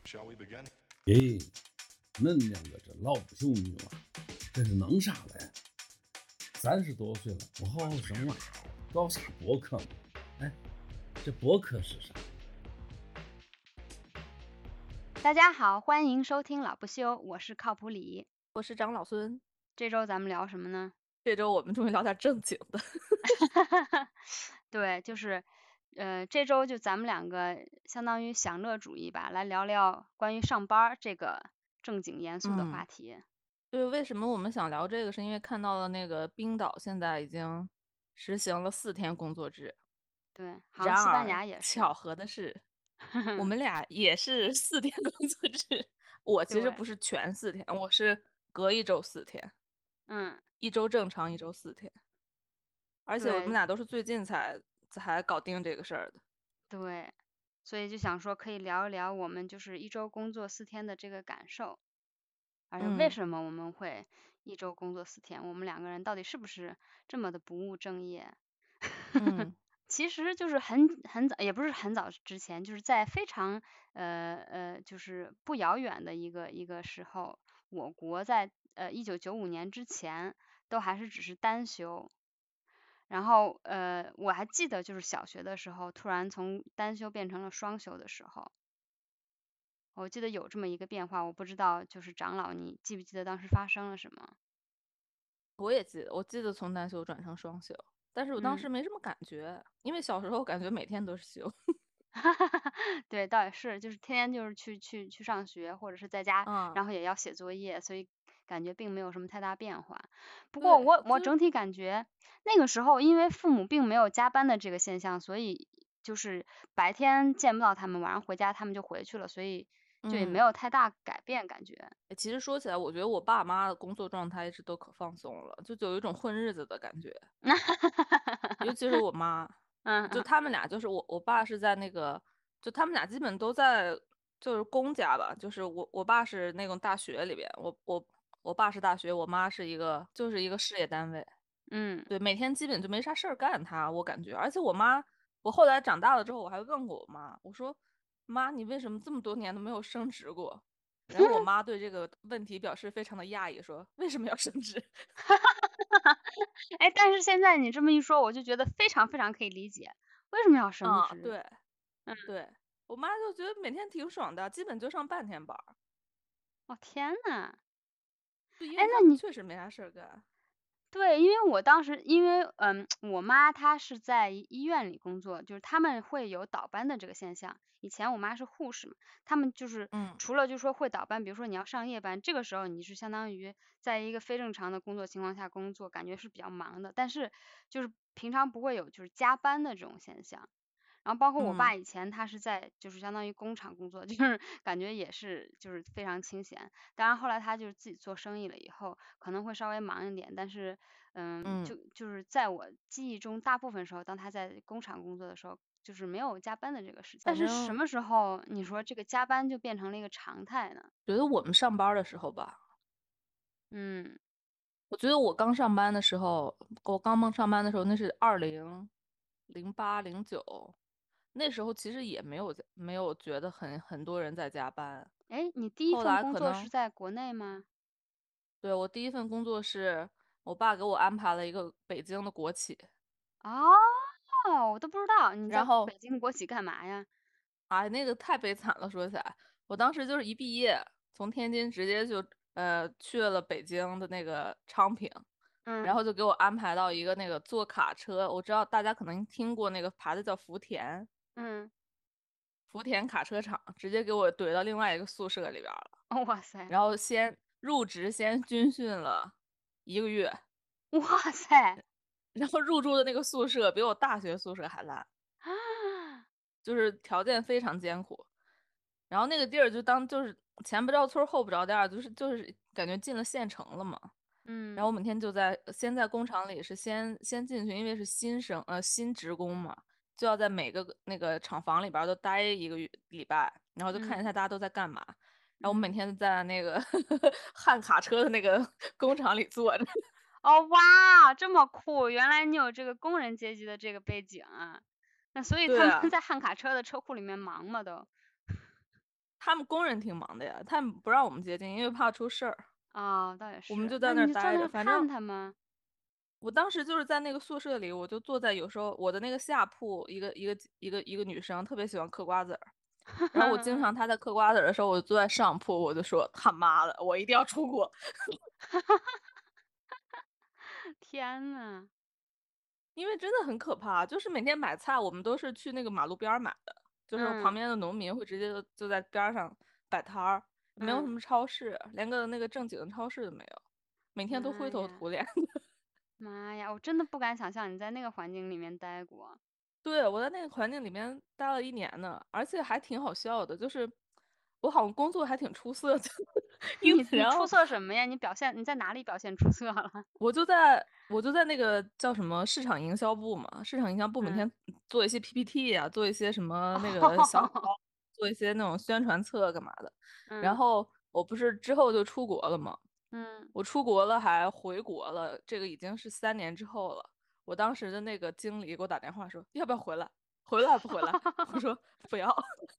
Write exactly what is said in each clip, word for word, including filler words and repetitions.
咦，恁两个这老不休女了，这是弄啥嘞？三十多岁了，不好好生活，搞啥博客嘛？哎，这博客是啥？ 大家好，欢迎收听老不休，我是靠谱李， 我是长老孙。 这周咱们聊什么呢？ 这周我们终于聊点正经的。 对，就是呃，这周就咱们两个相当于享乐主义吧，来聊聊关于上班这个正经严肃的话题。 嗯、对，为什么我们想聊这个？是因为看到了那个冰岛现在已经实行了四天工作制。 对，好像西班牙也是。巧合的是，我们俩也是四天工作制。我其实不是全四天，我是隔一周四天。 嗯， 一周正常，一周四天。而且我们俩都是最近才才搞定这个事儿的。 对，所以就想说可以聊一聊我们就是一周工作四天的这个感受，而且为什么我们会一周工作四天？嗯、我们两个人到底是不是这么的不务正业？ 嗯， 其实就是很很早，也不是很早之前，就是在非常呃呃，就是不遥远的一个一个时候，我国在呃一九九五年之前都还是只是单休。然后呃，我还记得就是小学的时候，突然从单休变成了双休的时候，我记得有这么一个变化，我不知道就是长老你记不记得当时发生了什么？ 我也记得，我记得从单休转成双休，但是我当时没什么感觉，嗯、因为小时候感觉每天都是休。 对，倒也是，就是天天就是去去去上学，或者是在家， 嗯、 然后也要写作业，所以感觉并没有什么太大变化。不过我我整体感觉那个时候，因为父母并没有加班的这个现象，所以就是白天见不到他们，晚上回家他们就回去了，所以就也没有太大改变感觉。 嗯、其实说起来，我觉得我爸妈的工作状态一直都可放松了，就有一种混日子的感觉。尤其是我妈， 嗯， 就他们俩，就是我我爸是在那个，就他们俩基本都在就是公家吧，就是我我爸是那种大学里边，我我我爸是大学，我妈是一个就是一个事业单位。 嗯， 对，每天基本就没啥事儿干，他我感觉，而且我妈，我后来长大了之后，我还问过我妈，我说妈，你为什么这么多年都没有升职过？然后我妈对这个问题表示非常的讶异，说为什么要升职？ 哎，但是现在你这么一说，我就觉得非常非常可以理解，为什么要升职？ 嗯、对， 嗯， 对，我妈就觉得每天挺爽的，基本就上半天班。 哦天呐！ 对，因为他们确实没啥事儿干。 对，因为我当时因为嗯，我妈她是在医院里工作，就是他们会有倒班的这个现象。以前我妈是护士嘛，他们就是除了就说会倒班，比如说你要上夜班，这个时候你是相当于在一个非正常的工作情况下工作，感觉是比较忙的，但是就是平常不会有就是加班的这种现象。然后包括我爸以前他是在就是相当于工厂工作，就是感觉也是就是非常清闲。当然后来他就是自己做生意了以后，可能会稍微忙一点，但是嗯，就就是在我记忆中，大部分时候当他在工厂工作的时候，就是没有加班的这个事情。但是什么时候你说这个加班就变成了一个常态呢？ 觉得我们上班的时候吧， 嗯， 我觉得我刚上班的时候，我刚刚上班的时候，那是二零零八零九。那时候其实也没有没有觉得很很多人在加班。 哎，你第一份工作是在国内吗？ 对，我第一份工作是我爸给我安排了一个北京的国企。 哦，我都不知道你在北京国企干嘛呀？ 哎，那个太悲惨了，说起来，我当时就是一毕业，从天津直接就呃去了北京的那个昌平。 嗯， 然后就给我安排到一个那个坐卡车，我知道大家可能听过那个牌子叫福田， 嗯， 福田卡车厂，直接给我怼到另外一个宿舍里边了。 哦，哇塞！ 然后先入职，先军训了一个月。 哇塞！ 然后入住的那个宿舍比我大学宿舍还烂，就是条件非常艰苦。然后那个地儿就当就是前不着村后不着店，就是就是感觉进了县城了嘛。 嗯， 然后我每天就在先在工厂里是先先进去，因为是新生呃新职工嘛，就要在每个那个厂房里边都待一个月礼拜，然后就看一下大家都在干嘛。嗯、然后我每天在那个焊卡车的那个工厂里坐着。 哦哇，这么酷！原来你有这个工人阶级的这个背景啊。那所以他们在焊卡车的车库里面忙吗都？ 他们工人挺忙的呀，他们不让我们接近，因为怕出事儿。 哦，倒也是。 我们就在那儿待着，反正看他吗？ 我当时就是在那个宿舍里，我就坐在有时候我的那个下铺，一个一个一个一个女生特别喜欢嗑瓜子儿，然后我经常她在嗑瓜子儿的时候，我就坐在上铺，我就说他妈的，我一定要出国。 天呐， 因为真的很可怕，就是每天买菜，我们都是去那个马路边儿买的，就是旁边的农民会直接就就在边上摆摊儿，没有什么超市，连个那个正经的超市都没有，每天都灰头土脸的。 妈呀，我真的不敢想象你在那个环境里面待过。 对，我在那个环境里面待了一年呢，而且还挺好笑的，就是我好像工作还挺出色的。 你你出色什么呀？你表现你在哪里表现出色了？ 我就在我就在那个叫什么市场营销部嘛，市场营销部每天做一些 P P T 呀、啊，做一些什么那个小海报，做一些那种宣传册干嘛的。然后我不是之后就出国了嘛， 嗯， 我出国了还回国了，这个已经是三年之后了。我当时的那个经理给我打电话说，要不要回来？回来不回来？我说不要。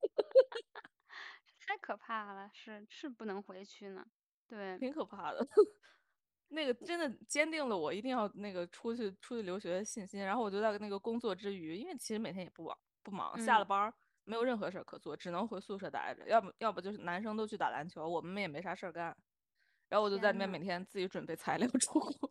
太可怕了，是是不能回去呢。对， 挺可怕的。那个真的坚定了我一定要那个出去出去留学的信心。然后我就在那个工作之余，因为其实每天也不忙不忙，下了班没有任何事儿可做，只能回宿舍待着。要不要不就是男生都去打篮球，我们也没啥事儿干。然后我就在那边每天自己准备材料出国。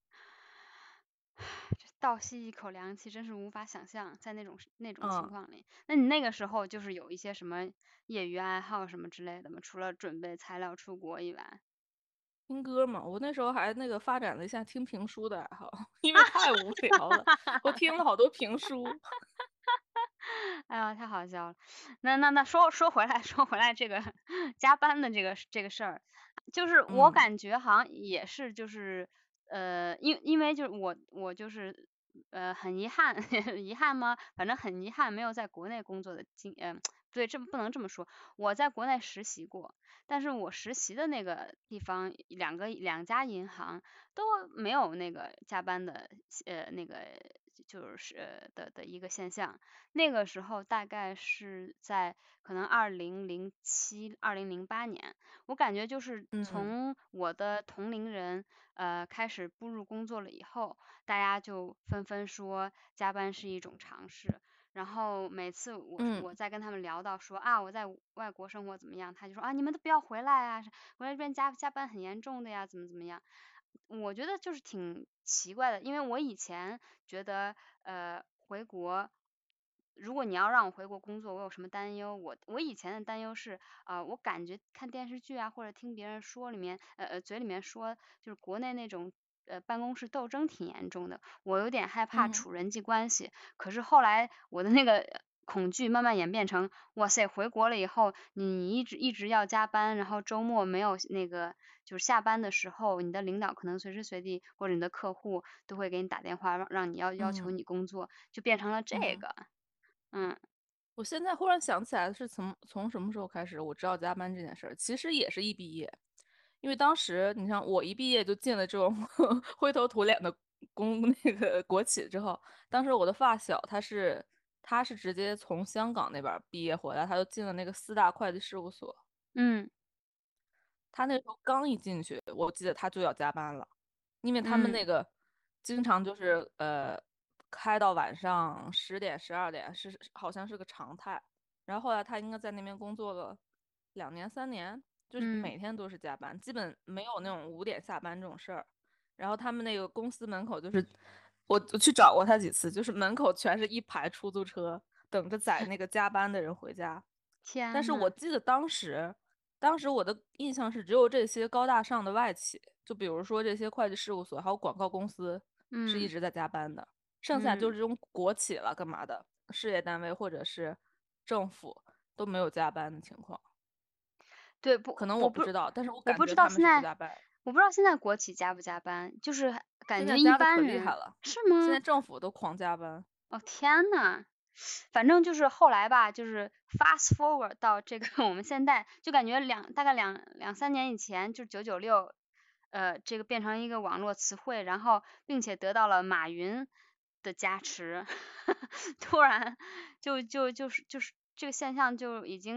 这倒吸一口凉气，真是无法想象在那种那种情况里。那你那个时候就是有一些什么业余爱好什么之类的吗？除了准备材料出国以外？ 听歌嘛，我那时候还那个发展了一下听评书的爱好，因为太无聊了，我听了好多评书。 哎呀，太好笑了。那那那说说回来，说回来这个加班的这个这个事儿，就是我感觉好像也是就是呃，因因为就是我我就是呃很遗憾，遗憾吗？反正很遗憾没有在国内工作的经，呃，对，这不能这么说。我在国内实习过，但是我实习的那个地方两个两家银行都没有那个加班的呃那个就是的的一个现象。那个时候大概是在可能二零零七、二零零八年，我感觉就是从我的同龄人呃开始步入工作了以后，大家就纷纷说加班是一种常识。然后每次我我在跟他们聊到说啊我在外国生活怎么样，他就说啊你们都不要回来啊，回来这边加加班很严重的呀，怎么怎么样。我觉得就是挺奇怪的，因为我以前觉得呃回国。如果你要让我回国工作，我有什么担忧？我我以前的担忧是，啊、呃，我感觉看电视剧啊，或者听别人说里面，呃呃，嘴里面说，就是国内那种呃办公室斗争挺严重的，我有点害怕处人际关系。可是后来我的那个恐惧慢慢演变成，哇塞，回国了以后，你一直一直要加班，然后周末没有那个就是下班的时候，你的领导可能随时随地或者你的客户都会给你打电话，让让你要要求你工作，就变成了这个。嗯， 我现在忽然想起来是从从什么时候开始我知道加班这件事儿，其实也是一毕业，因为当时你像我一毕业就进了这种灰头土脸的公那个国企之后，当时我的发小他是他是直接从香港那边毕业回来，他就进了那个四大会计事务所。 嗯， 他那时候刚一进去，我记得他就要加班了，因为他们嗯那个经常就是呃开到晚上十点十二点，是好像是个常态。然后后来他应该在那边工作了两年三年，就是嗯每天都是加班，基本没有那种五点下班这种事儿。然后他们那个公司门口就是我我去找过他几次，就是门口全是一排出租车，等着载那个加班的人回家。但是我天呐， 记得当时。当时我的印象是，只有这些高大上的外企，就比如说这些会计事务所，还有广告公司，是一嗯直在加班的。剩下就嗯， 是这种国企了，干嘛的，事业单位或者是政府都没有加班的情况。 对，不， 可能我我不， 不知道，但是我我不知感觉他们是不道现在， 加班。 我不知道现在国企加不加班，就是感现觉一在加的可般人， 厉害了， 是吗？ 现在政府都狂加班。 哦天呐，反正就是后来吧，就是 fast forward 到这个我们现在，就感觉两大概两两三年以前，就九九六，呃，这个变成一个网络词汇，然后并且得到了马云的加持，突然就就就是就是这个现象就已经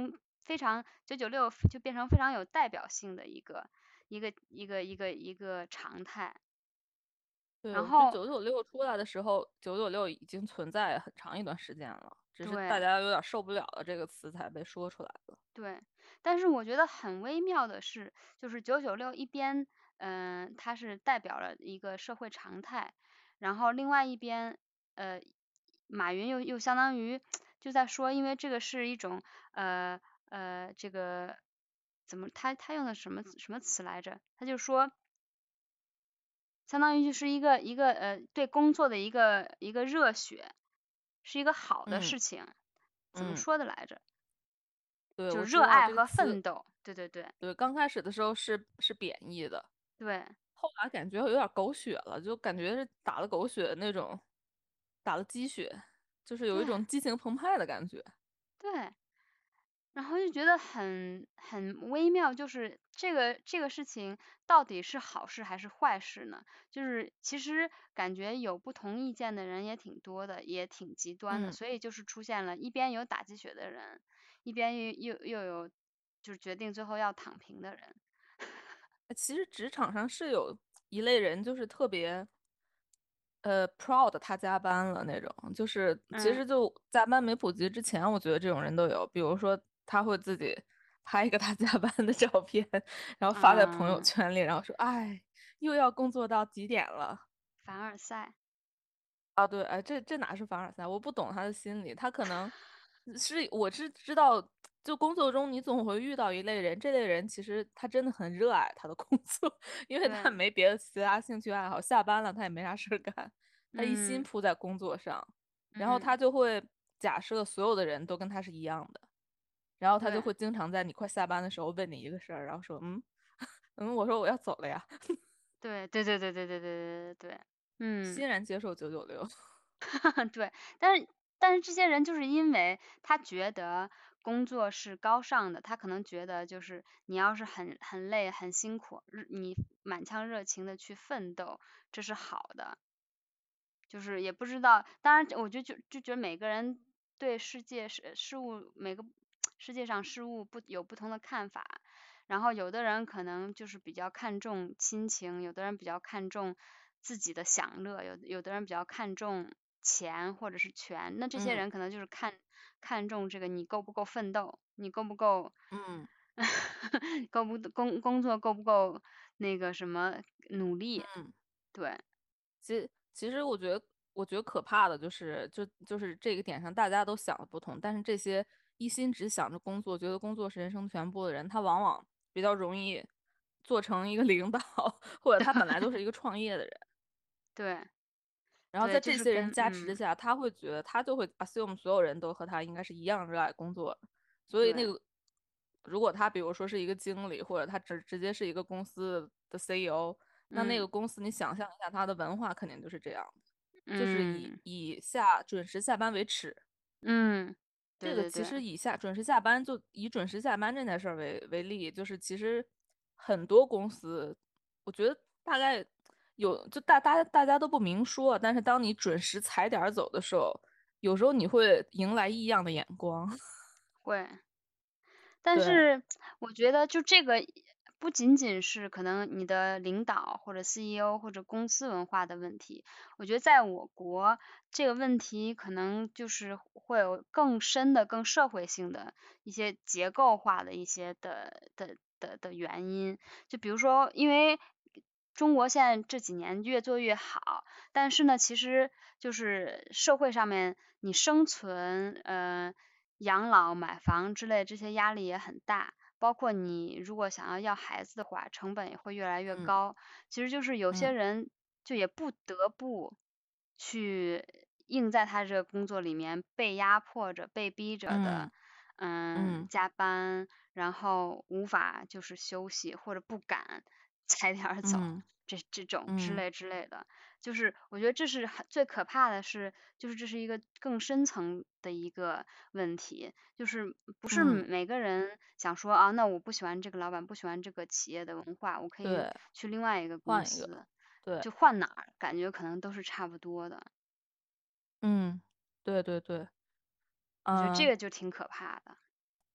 非常九九六就变成非常有代表性的一个一个一个一个一个常态。 对， 然后我觉得九九六出来的时候，九九六已经存在很长一段时间了，只是大对家有点受不了了这个词才被说出来了。 对，但是我觉得很微妙的是，就是九九六一边，嗯、它是代表了一个社会常态，然后另外一边，呃，马云又又相当于就在说，因为这个是一种，呃呃，这个怎么他他用的什么什么词来着？他就说，相当于就是一个一个呃对工作的一个一个热血，是一个好的嗯事情，怎么嗯， 说的来着？ 对， 就是我知道热爱和这个词， 奋斗，对对对对，刚开始的时候是是贬义的， 对后来感觉有点狗血了，就感觉是打了狗血那种，打了鸡血，就是有一对种激情澎湃的感觉。 对，然后就觉得很很微妙，就是这个这个事情到底是好事还是坏事呢？就是其实感觉有不同意见的人也挺多的，也挺极端的， 嗯， 所以就是出现了一边有打鸡血的人，一边又又又有就是决定最后要躺平的人。 其实职场上是有一类人，就是特别。呃，proud 他加班了那种，就是其嗯实就加班没普及之前，我觉得这种人都有。比如说，他会自己拍一个他加班的照片，然后发在朋友嗯， 圈里，然后说：“哎，又要工作到几点了？” 凡尔赛， 啊，对，哎，这这哪是凡尔赛？我不懂他的心理，他可能是我是知道，就工作中你总会遇到一类人，这类人其实他真的很热爱他的工作，因为他对， 没别的其他兴趣爱好，下班了他也没啥事儿干，他一心嗯扑在工作上，然后他嗯， 就会假设所有的人都跟他是一样的，然后他就对会经常在你快下班的时候问你一个事儿，然后说，嗯嗯，我说我要走了呀， 对对对对对对对对对对，嗯。 欣然接受九九六。 对，但是但是这些人就是因为他觉得工作是高尚的，他可能觉得就是你要是很很累很辛苦，日你满腔热情的去奋斗，这是好的。就是也不知道，当然我就就就觉得每个人对世界事事物每个世界上事物不有不同的看法，然后有的人可能就是比较看重亲情，有的人比较看重自己的享乐，有有的人比较看重钱或者是权，那这些嗯人可能就是看看重这个你够不够奋斗，你够不够嗯够不工工作够不够那个什么努力， 嗯。 对其实，其实我觉得，我觉得可怕的就是，就就是这个点上，大家都想的不同。但是这些一心只想着工作，觉得工作是人生全部的人，他往往比较容易做成一个领导，或者他本来就是一个创业的人。 对。对， 然后在这就是些人加持跟嗯， 下，他会觉得他就会 assume 所有人都和他应该是一样热爱工作的，所以那对， 个如果他比如说是一个经理，或者他直直接是一个公司的 C E O，那那嗯个公司你想象一下，他的文化肯定就是这样的，就是以嗯以下准时下班为耻。 嗯，对这个对对其实以下准时下班就以准时下班这件事儿为为例，就是其实很多公司，我觉得大概有就大大大家都不明说，但是当你准时踩点儿走的时候，有时候你会迎来异样的眼光。 会。但对， 是我觉得就这个不仅仅是可能你的领导或者 C E O 或者公司文化的问题，我觉得在我国这个问题可能就是会有更深的、更社会性的一些结构化的一些的的的的原因。就比如说，因为中国现在这几年越做越好，但是呢，其实就是社会上面你生存，呃。养老、买房之类这些压力也很大，包括你如果想要要孩子的话，成本也会越来越嗯高。其实就是有些嗯人就也不得不去硬在他这个工作里面被压迫着、被逼着的， 嗯嗯， 嗯加班，然后无法就是休息或者不敢踩点儿走， 嗯这这种之嗯类之类的。就是我觉得这是很最可怕的是，就是这是一个更深层的一个问题，就是不是嗯， 每个人想说啊，那我不喜欢这个老板，不喜欢这个企业的文化，我可以对， 去另外一个公换一个， 司， 对， 就换哪儿，感觉可能都是差不多的。 嗯，对对对， 我觉得这嗯、 个就挺可怕的。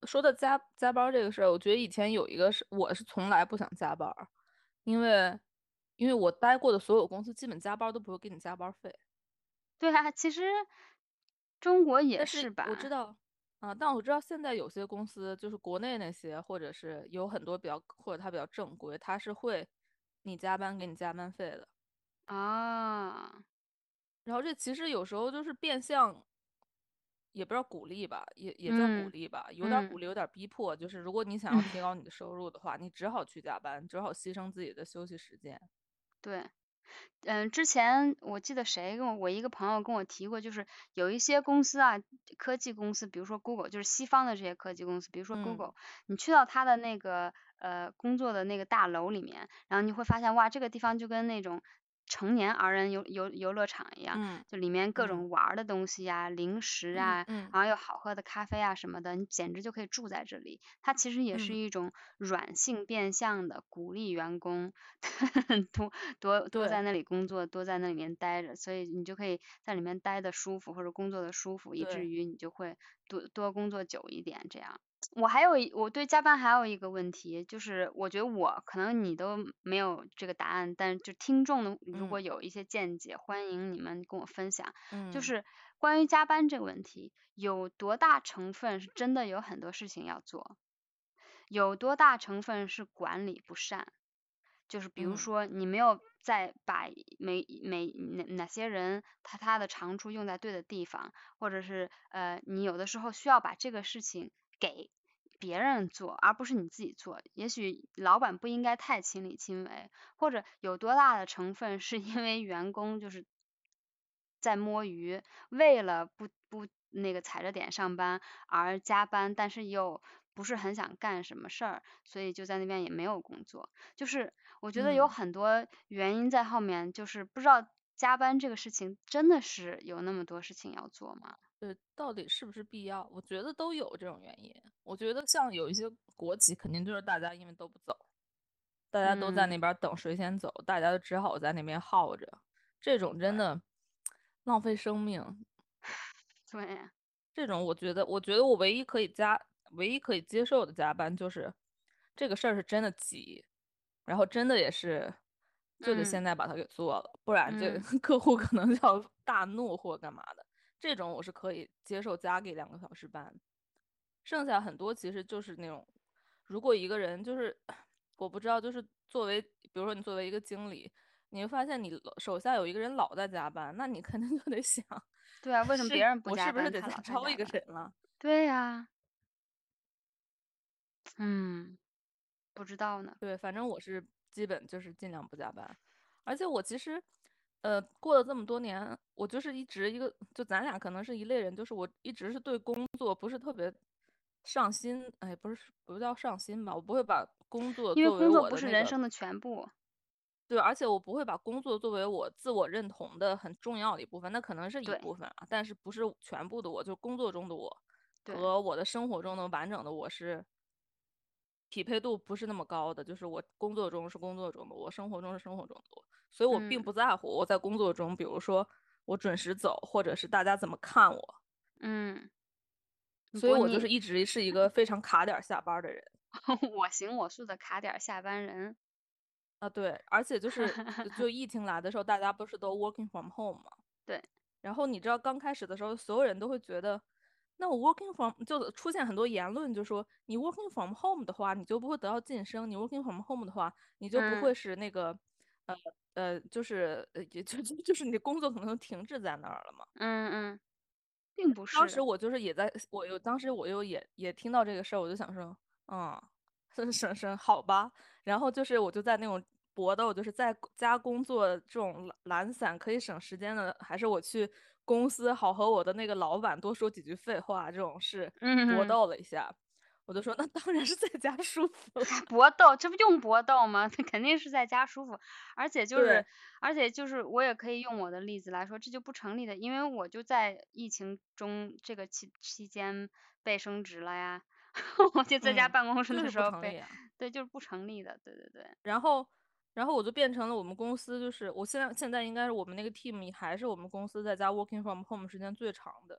说的加加班这个事儿，我觉得以前有一个是，我是从来不想加班，因为因为我待过的所有公司，基本加班都不会给你加班费。 对啊，其实中国也但是我知是吧。 道啊，但我知道现在有些公司，就是国内那些，或者是有很多比较，或者它比较正规，它是会你加班给你加班费的。 啊， 然后这其实有时候就是变相，也不知道鼓励吧，也也叫鼓嗯励吧，有点鼓嗯励，有点逼迫。就是如果你想要嗯， 提高你的收入的话，你只好去加班，只好牺牲自己的休息时间。 对。嗯，之前我记得谁跟我，我一个朋友跟我提过，就是有一些公司啊，科技公司，比如说 Google，就是西方的这些科技公司，比如说嗯 Google，你去到它的那个呃工作的那个大楼里面，然后你会发现，哇，这个地方就跟那种成年儿人游游游乐场一样， 嗯就里面各嗯种玩儿的东西呀、零食啊， 嗯嗯然后有好喝的咖啡啊什么的，你简直就可以住在这里。它其实也是嗯， 一种软性变相的鼓励员工多多多对在那里工作，多在那里面待着，所以你就可以在里面待的舒服，或者工作的舒服，以至对， 于你就会多多工作久一点。这样，我还有一我对加班还有一个问题，就是我觉得我可能你都没有这个答案，但是就听众呢，如嗯果有一些见解，欢迎你们跟我分享。就嗯是关于加班这个问题，有多大成分是真的有很多事情要做，有多大成分是管理不善？就是比如嗯说你没有在把每每哪哪些人他他的长处用在对的地方，或者是呃你有的时候需要把这个事情给别人做，而不是你自己做。也许老板不应该太亲力亲为，或者有多大的成分是因为员工就是在摸鱼，为了不不那个踩着点上班而加班，但是又不是很想干什么事儿，所以就在那边也没有工作。就是我觉得有嗯。 很多原因在后面，就是不知道加班这个事情真的是有那么多事情要做吗？ 对，到底是不是必要？我觉得都有这种原因。我觉得像有一些国企，肯定就是大家因为都不走，大家都在那嗯， 边等谁先走，大家都只好在那边耗着。这种真对的浪费生命。 对， 这种我觉得，我觉得我唯一可以加，唯一可以接受的加班就是这个事儿是真的急，然后真的也是就得嗯现在把它给做了，不然这嗯客户可能要大怒或干嘛的。这种我是可以接受加给两个小时班，剩下很多其实就是那种，如果一个人就是我不知道，就是作为比如说你作为一个经理，你会发现你手下有一个人老在加班，那你肯定就得想， 对啊，为什么别是人不加班， 我是不是得他老在再招一个加班？ 人了？ 对呀，嗯，不知道呢。 对，反正我是基本就是尽量不加班，而且我其实，呃，过了这么多年，我就是一直一个，就咱俩可能是一类人，就是我一直是对工作不是特别上心，哎，不是不叫上心吧，我不会把工作因为作为工作不我的那个， 是人生的全部。 对，而且我不会把工作作为我自我认同的很重要的一部分，那可能是一对部分啊，但是不是全部的我，就工作中的我对， 和我的生活中的完整的我是匹配度不是那么高的，就是我工作中是工作中的我，生活中是生活中的我，所以我并嗯不在乎我在工作中，比如说我准时走，或者是大家怎么看我， 嗯， 所以不，你我就是一直是一个非常卡点儿下班的人我行我素的卡点儿下班人。 啊，对，而且就是就疫情来的时候，大家不是都 working from home 嘛， 对， 然后你知道刚开始的时候，所有人都会觉得。那我 working from 就出现很多言论，就说你 working from home 的话，你就不会得到晋升；你 working from home 的话，你就不嗯会是那个，呃呃，就是呃，也就就是你的工作可能就停滞在那儿了嘛。 嗯嗯，并不是。 当时我就是也在，我又当时我又也也听到这个事儿，我就想说，嗯，省省省，好吧。然后就是我就在那种搏斗，就是在家工作这种懒懒散可以省时间的，还是我去公司好和我的那个老板多说几句废话这种事搏嗯， 斗了一下。我就说，那当然是在家舒服了。 还搏斗，这不用搏斗吗？那肯定是在家舒服。而且就是， 对， 而且就是我也可以用我的例子来说，这就不成立的，因为我就在疫情中这个期期间被升职了呀。我就在家嗯， 办公室就是不的时候被， 成立啊。 对，就是不成立的。对对对。 然后，然后我就变成了我们公司，就是我现在现在应该是我们那个 team 还是我们公司在家 working from home 时间最长的，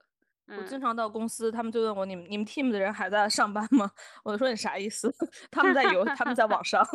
我嗯， 经常到公司，他们就问我，你们你们 team 的人还在上班吗？我就说你啥意思？他们在游，他们在网上。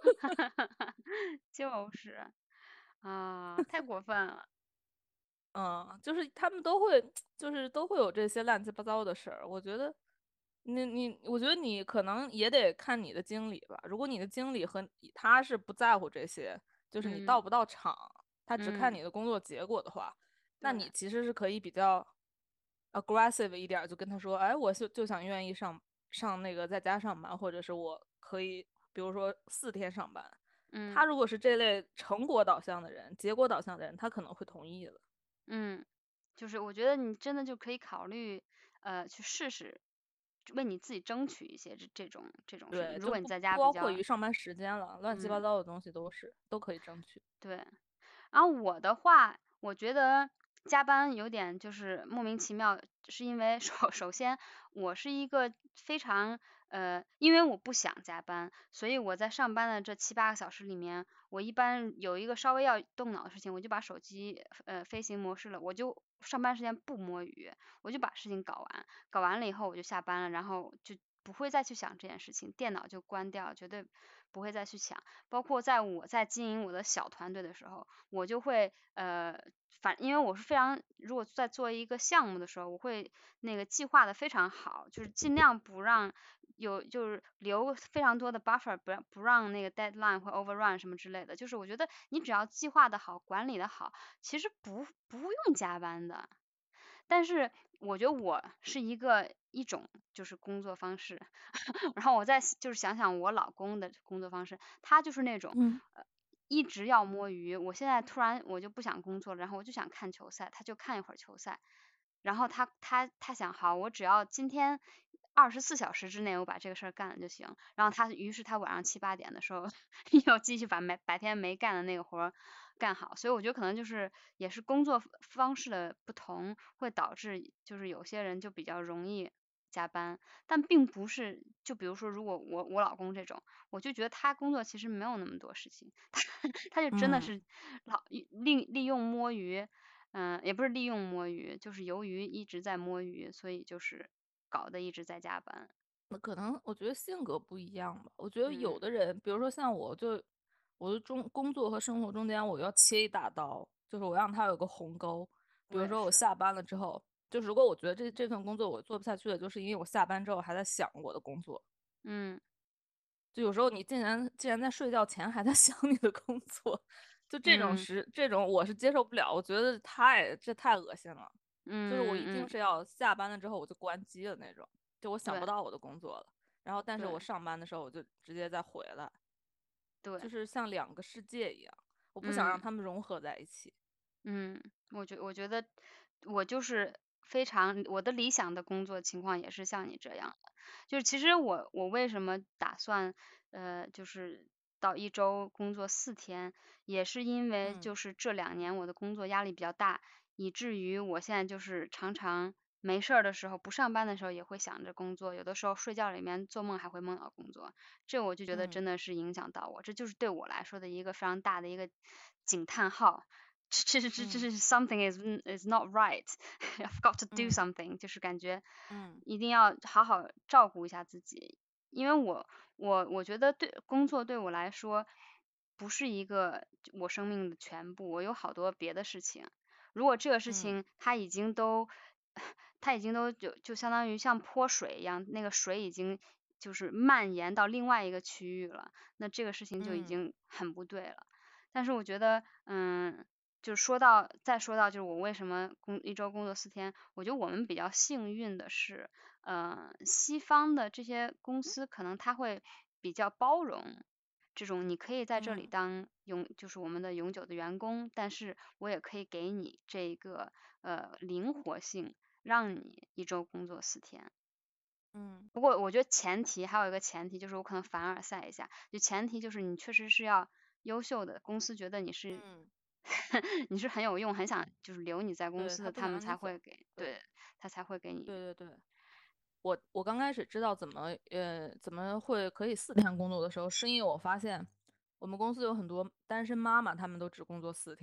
就是啊，太过分了。 嗯，就是他们都会，就是都会有这些乱七八糟的事儿。我觉得，你你，我觉得你可能也得看你的经理吧。如果你的经理和他是不在乎这些，就是你嗯到不到场，他只看嗯， 你的工作结果的话，那你对， 其实是可以比较 aggressive 一点儿，就跟他说，哎，我就就想愿意上上那个在家上班，或者是我可以，比如说四天上班。 嗯他如果是这类成果导向的人，结果导向的人，他可能会同意的。 嗯，就是我觉得你真的就可以考虑，呃，去试试，为你自己争取一些这这种这种事情。 对，就不如果你在不包括家比较， 于上班时间了，乱七八嗯， 糟的东西都是都可以争取。 对。然后我的话，我觉得加班有点就是莫名其妙，是因为首首先我是一个非常呃，因为我不想加班，所以我在上班的这七八个小时里面，我一般有一个稍微要动脑的事情，我就把手机呃飞行模式了，我就上班时间不摸鱼，我就把事情搞完，搞完了以后我就下班了，然后就不会再去想这件事情，电脑就关掉，绝对不会再去想。包括在我在经营我的小团队的时候，我就会呃，反因为我是非常，如果在做一个项目的时候，我会那个计划的非常好，就是尽量不让有就是留非常多的 buffer，不让不让那个 deadline 或 overrun 什么之类的。就是我觉得你只要计划的好，管理的好，其实不不用加班的。但是我觉得我是一个一种就是工作方式，然后我再就是想想我老公的工作方式，他就是那种嗯呃一直要摸鱼。我现在突然我就不想工作了，然后我就想看球赛，他就看一会儿球赛。然后他他他想好，我只要今天二十四小时之内我把这个事儿干了就行。然后他于是他晚上七八点的时候又继续把没白天没干的那个活儿干好。所以我觉得可能就是也是工作方式的不同，会导致就是有些人就比较容易加班，但并不是就比如说如果我我老公这种，我就觉得他工作其实没有那么多事情，他他就真的嗯， 是老利利用摸鱼。嗯，也不是利用摸鱼，就是由于一直在摸鱼，所以就是搞得一直在加班。 那可能我觉得性格不一样吧。我觉得有嗯， 的人，比如说像我就我的中工作和生活中间，我要切一大刀，就是我让他有个鸿沟。比如我也是。 说我下班了之后，就是如果我觉得这这份工作我做不下去了，就是因为我下班之后还在想我的工作。 嗯就有时候你竟然竟然在睡觉前还在想你的工作，就这种嗯时这种我是接受不了，我觉得太这太恶心了。就是我一定嗯嗯， 是要下班了之后我就关机的那种，就我想不对到我的工作了。然后但是我对上班的时候我就直接再回来，就对， 是像两个世界一样，我不想让嗯。 他们融合在一起。 嗯，我觉我觉得我就是非常我的理想的工作情况也是像你这样的，就是其实我我为什么打算呃就是到一周工作四天，也是因为嗯就是这两年我的工作压力比较大，以至于我现在就是常常没事儿的时候，不上班的时候也会想着工作，有的时候睡觉里面做梦还会梦到工作，这我就觉得嗯真的是影响到我，这就是对我来说的一个非常大的一个惊叹号。这这这这嗯是 something is is not right. I've got to do 嗯 something，就是感觉嗯一定要好好照顾一下自己，因为我我我觉得对工作对我来说不是一个我生命的全部，我有好多别的事情。如果这个事嗯情它已经都它已经都就就相当于像泼水一样，那个水已经就是蔓延到另外一个区域了，那这个事情就已嗯经很不对了。但是我觉得，嗯，就说到再说到就是我为什么工一周工作四天，我觉得我们比较幸运的是，呃，西方的这些公司可能它会比较包容这种，你可以在这里嗯当永就是我们的永久的员工，但是我也可以给你这个呃灵活性，让你一周工作四天。 嗯不过我觉得前提还有一个前提就是我可能凡尔赛一下，就前提就是你确实是要优秀的，公司觉得你是嗯， 你是很有用，很想就是留你在公司的， 对他不他们想让你走。 才会给， 对对，他才会给你。 对对对。我我刚开始知道怎么呃怎么会可以四天工作的时候，是因为我发现我们公司有很多单身妈妈，她们都只工作四天。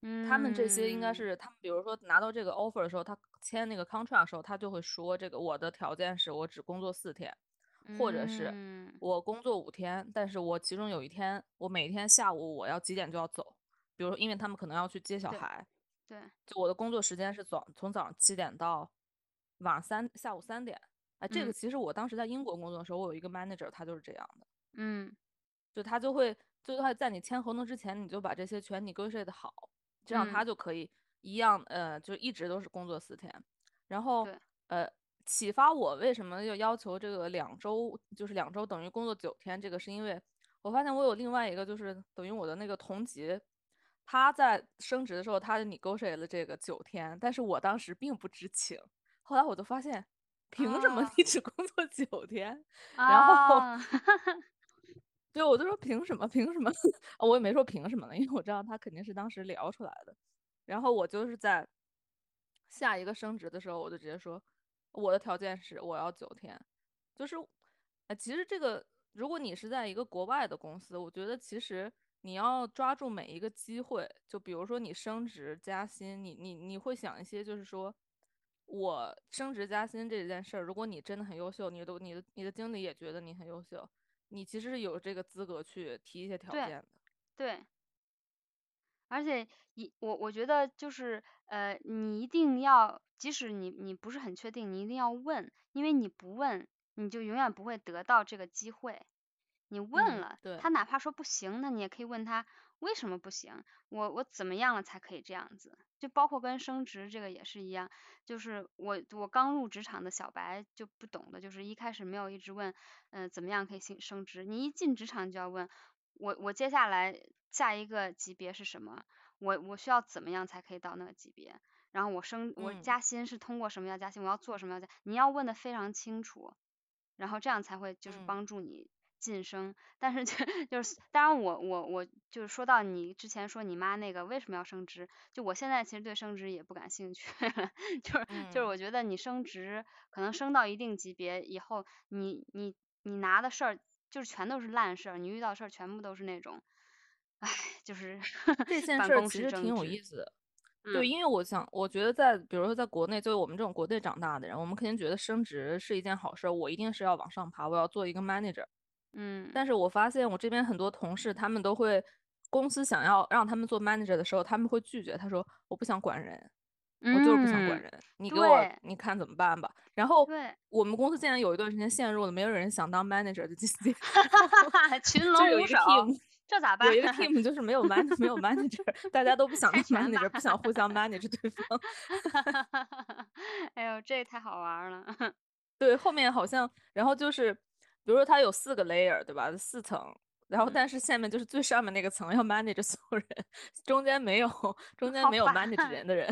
他们这些应该嗯， 是他们，比如说拿到这个 offer 的时候，他签那个 contract 的时候，他就会说这个我的条件是我只工作四天，或者是嗯， 我工作五天，但是我其中有一天我每天下午我要几点就要走，比如说因为他们可能要去接小对孩， 对， 就我的工作时间是早从早上七点到晚上三下午三点。哎，这个嗯其实我当时在英国工作的时候，我有一个 manager，他就是这样的。 嗯就他就会，就会在你签合同之前，你就把这些全 negotiate 好，这样他嗯， 就可以一样，呃，就一直都是工作四天。然后， 对， 呃，启发我为什么要要求这个两周，就是两周等于工作九天，这个是因为我发现我有另外一个，就是等于我的那个同级，他在升职的时候，他就 negotiate 了这个九天，但是我当时并不知情。后来我就发现，凭什么啊你只工作九天？然后啊， 对，我就说凭什么？凭什么？我也没说凭什么呢，因为我知道他肯定是当时聊出来的。然后我就是在下一个升职的时候，我就直接说，我的条件是我要九天。就是，呃，其实这个，如果你是在一个国外的公司，我觉得其实你要抓住每一个机会。就比如说你升职加薪，你你你会想一些，就是说我升职加薪这件事儿，如果你真的很优秀，你的你的你的经理也觉得你很优秀。你其实是有这个资格去提一些条对件的。 对。而且一我我觉得就是呃，你一定要，即使你你不是很确定，你一定要问，因为你不问，你就永远不会得到这个机会。你问嗯， 了， 对， 他哪怕说不行，那你也可以问他为什么不行，我我怎么样了才可以这样子？就包括跟升职这个也是一样，就是我我刚入职场的小白就不懂的，就是一开始没有一直问，嗯、呃怎么样可以升升职？你一进职场就要问，我我接下来下一个级别是什么？我我需要怎么样才可以到那个级别？然后我升我嗯加薪是通过什么要加薪？我要做什么要加？你要问的非常清楚，然后这样才会就是嗯帮助你晋升。但是就就是当然我我我就是说到你之前说你妈那个为什么要升职，就我现在其实对升职也不感兴趣，就是就是嗯我觉得你升职可能升到一定级别以后，你你你拿的事儿就是全都是烂事儿，你遇到事儿全部都是那种，唉，就是这件事儿办公室其实挺政治。 有意思的。对， 嗯因为我想，我觉得在比如说在国内，就是我们这种国内长大的人，我们肯定觉得升职是一件好事儿，我一定是要往上爬，我要做一个 manager。 嗯但是我发现我这边很多同事，他们都会，公司想要让他们做 manager 的时候，他们会拒绝，他说我不想管人，我就是不想管嗯， 人，你给我对你看怎么办吧。然后对， 我们公司竟然有一段时间陷入了没有人想当 manager 的境界，然后哈哈哈哈，群就有一个龙无首， team， 这咋办？ 有一个 team 就是没有 man 没有 manager，大家都不想当猜拳吧！ manager，不想互相 manage 对方。 哎呦，这太好玩儿了。 对，后面好像，然后就是，比如说它有四个 layer，对吧？四层，然后嗯， 但是下面就是最上面那个层要 manage 所有人，中间没有中间没有好烦。 manage 人的人。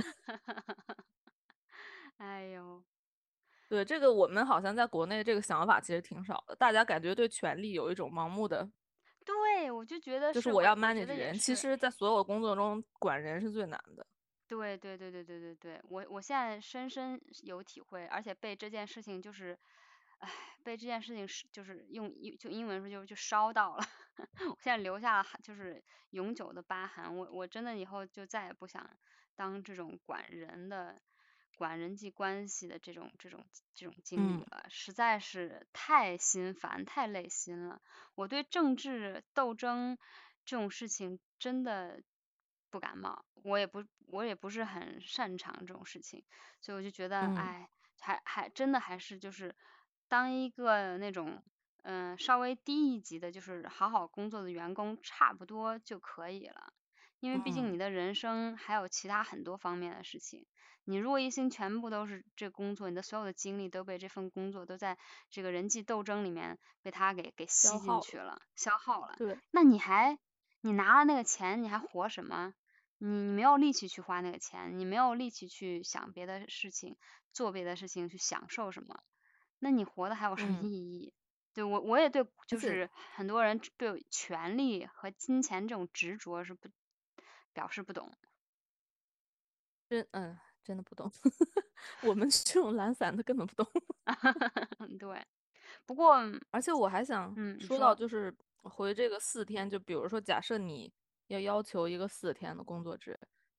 哎呦， 对，这个我们好像在国内这个想法其实挺少的，大家感觉对权力有一种盲目的， 对，我就觉得是， 就是我要我我觉 manage 人。其得也是。 实，在所有工作中，管人是最难的。 对对对对对对对，我我现在深深有体会，而且被这件事情就是，唉，被这件事情是就是用英就英文说就就烧到了，我现在留下了痕就是永久的疤痕。我我真的以后就再也不想当这种管人的、管人际关系的这种这种这种经历嗯了，实在是太心烦、太累心了。我对政治斗争这种事情真的不感冒，我也不我也不是很擅长这种事情，所以我就觉得， 嗯哎，还还真的还是就是当一个那种嗯、呃稍微低一级的，就是好好工作的员工，差不多就可以了。因为毕竟嗯你的人生还有其他很多方面的事情，你如果一心全部都是这工作，你的所有的精力都被这份工作都在这个人际斗争里面被他给给吸消耗了。 进去了，消耗了， 对， 那你还你拿了那个钱，你还活什么？你你没有力气去花那个钱，你没有力气去想别的事情，做别的事情，去享受什么？那你活的还有什么意嗯， 义？对我我也对， 而且就是很多人对权力和金钱这种执着是不表示不懂。 真嗯真的不懂，我们这种懒散的根本不懂。 对，不过而且我还想嗯，你说到， 说就是回这个四天，就比如说，假设你要要求一个四天的工作制，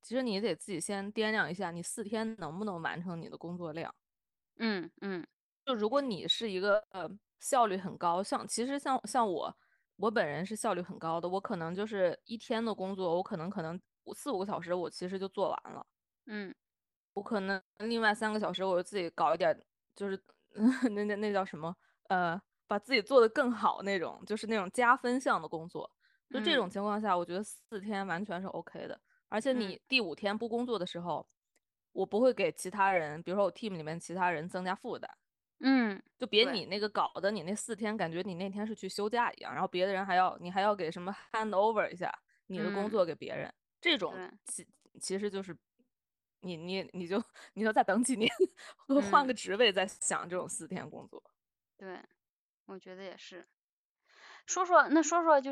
其实你得自己先掂量一下，你四天能不能完成你的工作量。 嗯嗯。 就如果你是一个呃效率很高，像其实像像我，我本人是效率很高的，我可能就是一天的工作，我可能可能四五个小时，我其实就做完了。 嗯。 我可能另外三个小时，我就自己搞一点，就是那那那叫什么？呃，把自己做得更好那种，就是那种加分项的工作。就这种嗯。 情况下，我觉得四天完全是 OK 的。而且嗯。 你第五天不工作的时候，我不会给其他人，比如说我 team 里面其他人增加负担。 嗯。 就别对。 你那个搞的，你那四天感觉你那天是去休假一样，然后别的人还要你还要给什么 hand over 一下你的工嗯。 作给别人，这种对。 其其实就是你你你就你就再等几年，换个嗯。 职位再想这种四天工作。 对，我觉得也是。说说那说说就是，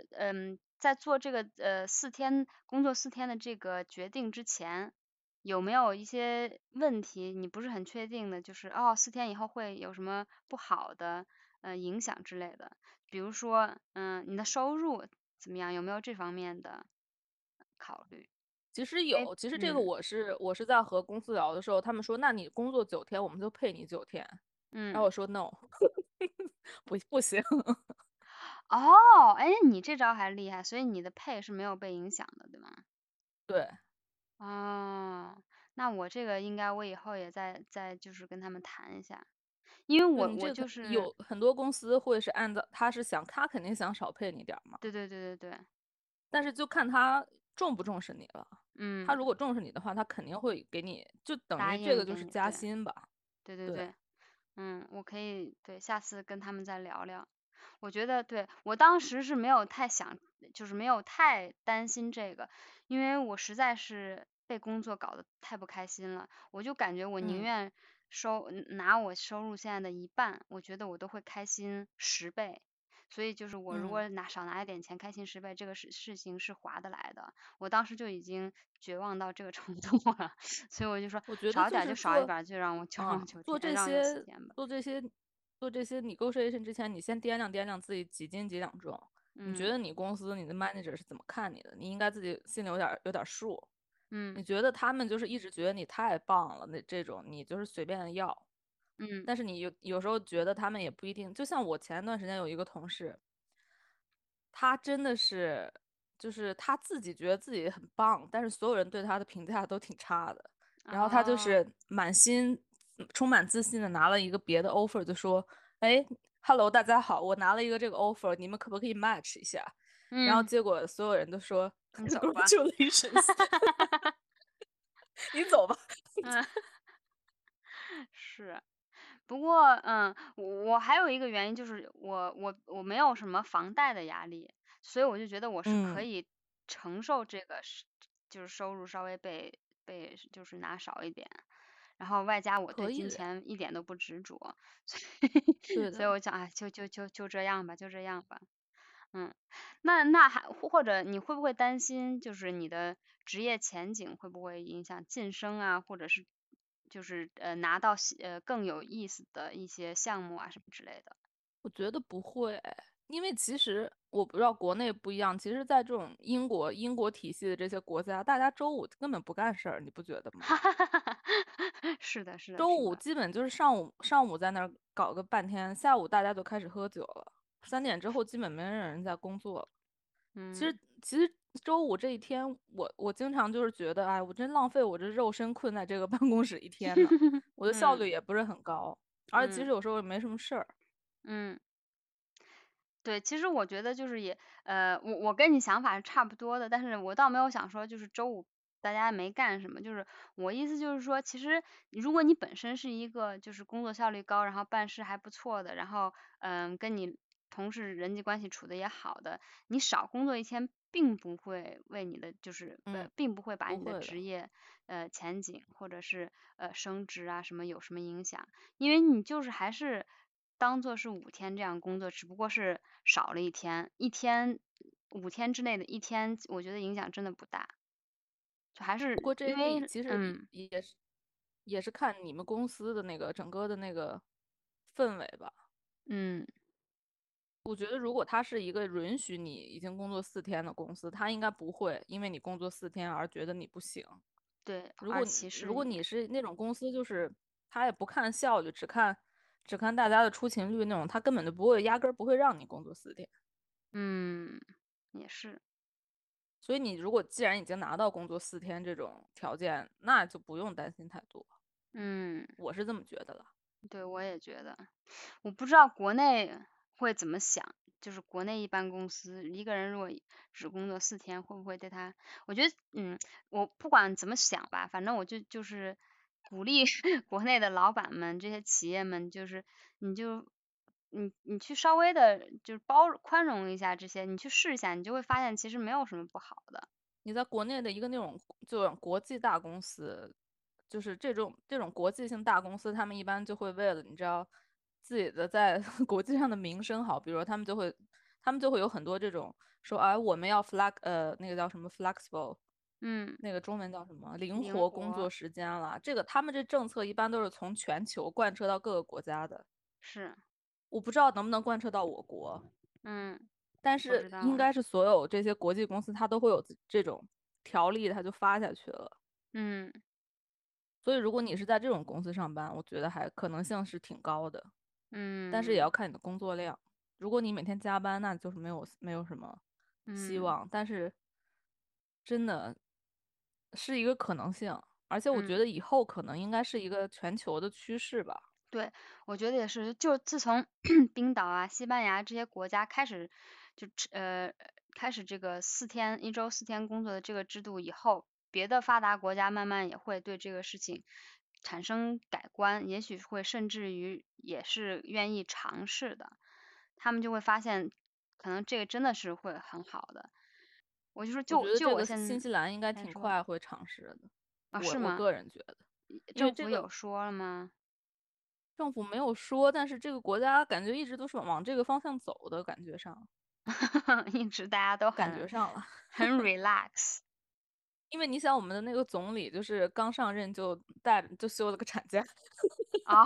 嗯，在做这个呃四天工作四天的这个决定之前，有没有一些问题你不是很确定的，就是哦四天以后会有什么不好的呃影响之类的，比如说嗯你的收入怎么样，有没有这方面的考虑？ 其实哎。 有，其实这个嗯。 我是我是在和公司聊的时候，他们说那你工作九天，我们就配你九天，然嗯。 后我说 no，不不行。 哦，哎，你这招还厉害，所以你的配是没有被影响的，对吗？ 对。 哦，那我这个应该我以后也再再就是跟他们谈一下，因为我我对你这个就是有很多公司会是按照他是想他肯定想少配你点儿嘛。 对对对对对。 但是就看他重不重视你了。他嗯。 如果重视你的话，他肯定会给你，就等答于这个应给你， 就是加对薪吧。对。 对对对。嗯，我可以对下次跟他们再聊聊。我觉得对我当时是没有太想，就是没有太担心这个，因为我实在是被工作搞得太不开心了，我就感觉我宁嗯。 愿收拿我收入现在的一半，我觉得我都会开心十倍。所以就是我如嗯。 果拿少拿一点钱，开心十倍，这个事事情是划得来的。我当时就已经绝望到这个程度了，所以我就说我觉得就少一点儿就是做， 少一点儿，就让我就让我嗯，做九天，呃这些让我四天吧。 做这些做这些 negotiation 之前，你先掂量掂量自己几斤几两重。你觉嗯。 得你公司你的 manager 是怎么看你的？你应该自己心里有点有点数。 嗯。 你觉得他们就是一直觉得你太棒了，那这种你就是随便要。 嗯。 但是你有有时候觉得他们也不一定，就像我前段时间有一个同事，他真的是，就是他自己觉得自己很棒，但是所有人对他的评价都挺差的。然后他就哦。 是满心充满自信的拿了一个别的 offer，就说：“哎，hello，大家好，我拿了一个这个 offer，你们可不可以 match 一下？”然后嗯。 结果所有人都说你走吧。 ：“Congratulations，你走吧。” 嗯。是。不过，嗯，我我还有一个原因就是我我我没有什么房贷的压力，所以我就觉得我是可嗯， 以承受这个是就是收入稍微被被就是拿少一点，然后外加我对金可以的呀。 钱一点都不执着，所以对的。 所以我想，哎，就就就就这样吧，就这样吧。嗯。那那还或者你会不会担心，就是你的职业前景会不会影响晋升啊，或者是就是呃拿到西呃更有意思的一些项目啊什么之类的？ 我觉得不会，因为其实我不知道国内不一样，其实在这种英国英国体系的这些国家，大家周五根本不干事儿，你不觉得吗？ 是的，是的， 周是的。 五基本就是上午上午在那儿搞个半天，下午大家就开始喝酒了，三点之后基本没人在工作了。其嗯。 实其实周五这一天，我我经常就是觉得，哎，我真浪费我这肉身困在这个办公室一天呢，我的效嗯。 率也不是很高，而且其嗯。 实有时候也没什么事儿。 嗯。对，其实我觉得就是也，呃，我我跟你想法是差不多的，但是我倒没有想说就是周五大家没干什么，就是我意思就是说，其实如果你本身是一个就是工作效率高，然后办事还不错的，然后嗯、跟你同事人际关系处的也好的，你少工作一天，并不会为你的就是呃， 嗯， 并不会把你的不会的。 职业呃前景或者是呃升职啊什么有什么影响。因为你就是还是当做是五天这样工作，只不过是少了一天，一天五天之内的一天，我觉得影响真的不大。就还不过这是因为个其实也嗯。 也是也是看你们公司的那个整个的那个氛围吧。 嗯。 我觉得如果它是一个允许你已经工作四天的公司，它应该不会因为你工作四天而觉得你不行。 对， 如果而歧视如果你。 你是那种公司，就是他也不看效率，只看只看大家的出勤率那种，他根本就不会，压根儿不会让你工作四天。 嗯，也是。 所以你如果既然已经拿到工作四天这种条件，那就不用担心太多。 嗯， 我是这么觉得的。 对，我也觉得。我不知道国内会怎么想，就是国内一般公司一个人如果只工作四天，会不会对他？我觉得，嗯，我不管怎么想吧，反正我就就是鼓励国内的老板们、这些企业们，就是你就你你去稍微的，就是包宽容一下这些，你去试一下，你就会发现其实没有什么不好的。 你在国内的一个那种这种国际大公司，就是这种这种国际性大公司，他们一般就会为了你知道自己的在国际上的名声好，比如说他们就会他们就会有很多这种说，哎，我们要 flex 呃那个叫什么 flexible， 嗯， 那个中文叫什么灵灵活工作活时间了。这个他们这政策一般都是从全球贯彻到各个国家的， 是， 我不知道能不能贯彻到我国。 嗯， 但不知是应道。 该是所有这些国际公司，它都会有这种条例，它就发下去了。 嗯所以如果你是在这种公司上班，我觉得还可能性是挺高的，但是也嗯要看你的工作量。如果你每天加班，那就是没有没有什么希嗯望。但是真的是一个可能性，而且我觉嗯。 得以后可能应该是一个全球的趋势吧。 对，我觉得也是，就自从冰岛啊、西班牙这些国家开始就呃开始这个四天一周四天工作的这个制度以后，别的发达国家慢慢也会对这个事情产生改观，也许会甚至于也是愿意尝试的，他们就会发现可能这个真的是会很好的。我就说就就我觉得这我现个新西兰应该挺先说快会尝试的， 啊， 我我是吗？ 个人觉得，因为政府这个有说了吗？ 政府没有说，但是这个国家感觉一直都是往这个方向走的感觉上， 一直大家都感觉很上了。 很 relax。 因为你想，我们的那个总理就是刚上任就带就休了个产假。 哦，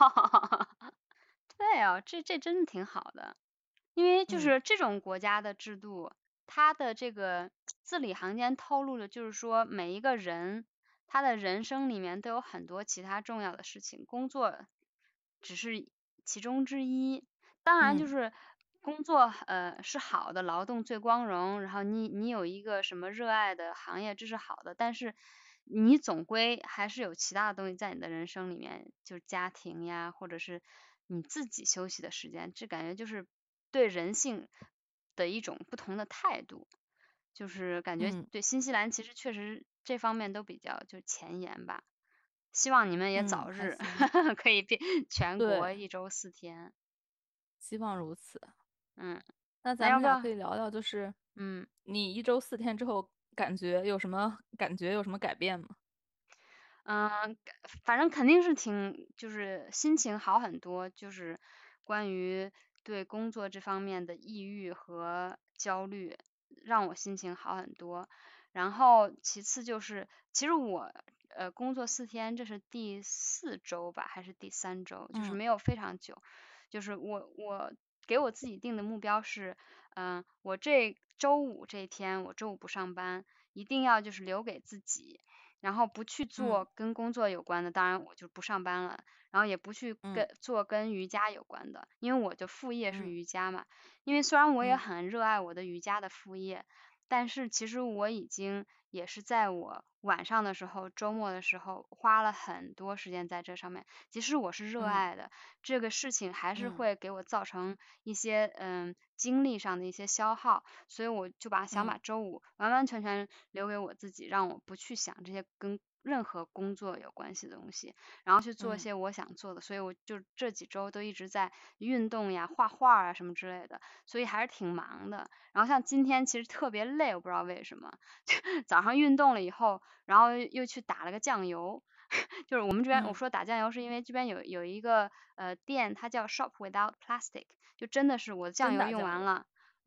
对哦，这这真的挺好的，因为就嗯是这种国家的制度，它的这个字里行间透露的就是说，每一个人他的人生里面都有很多其他重要的事情，工作只是其中之一。当然，就嗯是工作呃是好的，劳动最光荣，然后你你有一个什么热爱的行业，这是好的，但是你总归还是有其他的东西在你的人生里面，就是家庭呀，或者是你自己休息的时间，这感觉就是对人性的一种不同的态度。就是感觉嗯对新西兰其实确实这方面都比较就前沿吧。希望你们也嗯， 早日还行， 可以变全对， 国一周四天。 希望如此。 嗯， 那咱们俩那要不要？ 可以聊聊，就是嗯你一周四天之后感觉有什么感觉有什么改变吗？ 嗯，反正肯定是挺，就是心情好很多，就是关于对工作这方面的抑郁和焦虑，让我心情好很多。然后其次就是，其实我呃工作四天，这是第四周吧，还是第三周，就是嗯没有非常久。就是我我给我自己定的目标是，嗯、我这周五这一天，我周五不上班，一定要就是留给自己。然后不去嗯做跟工作有关的，当然我就不上班了，然后也不去嗯跟做跟瑜伽有关的，因为我的副业是嗯瑜伽嘛。因为虽然我也嗯很热爱我的瑜伽的副业，但是其实我已经也是在我晚上的时候、周末的时候花了很多时间在这上面。即使我是热嗯爱的，这个事情还是嗯会给我造成一些嗯精力上的一些消耗，所以我就把想嗯把周五完完全全留给我自己，让我不去想这些跟任何工作有关系的东西，然后去做一嗯些我想做的。所以我就这几周都一直在运动呀、画画啊什么之类的，所以还是挺忙的。然后像今天其实特别累，我不知道为什么，早上运动了以后，然后又去打了个酱油。就是我们这边我嗯说打酱油是因为这边有有一个呃店，它叫 Shop Without Plastic，就真的是我的酱真油打酱油。 用完了，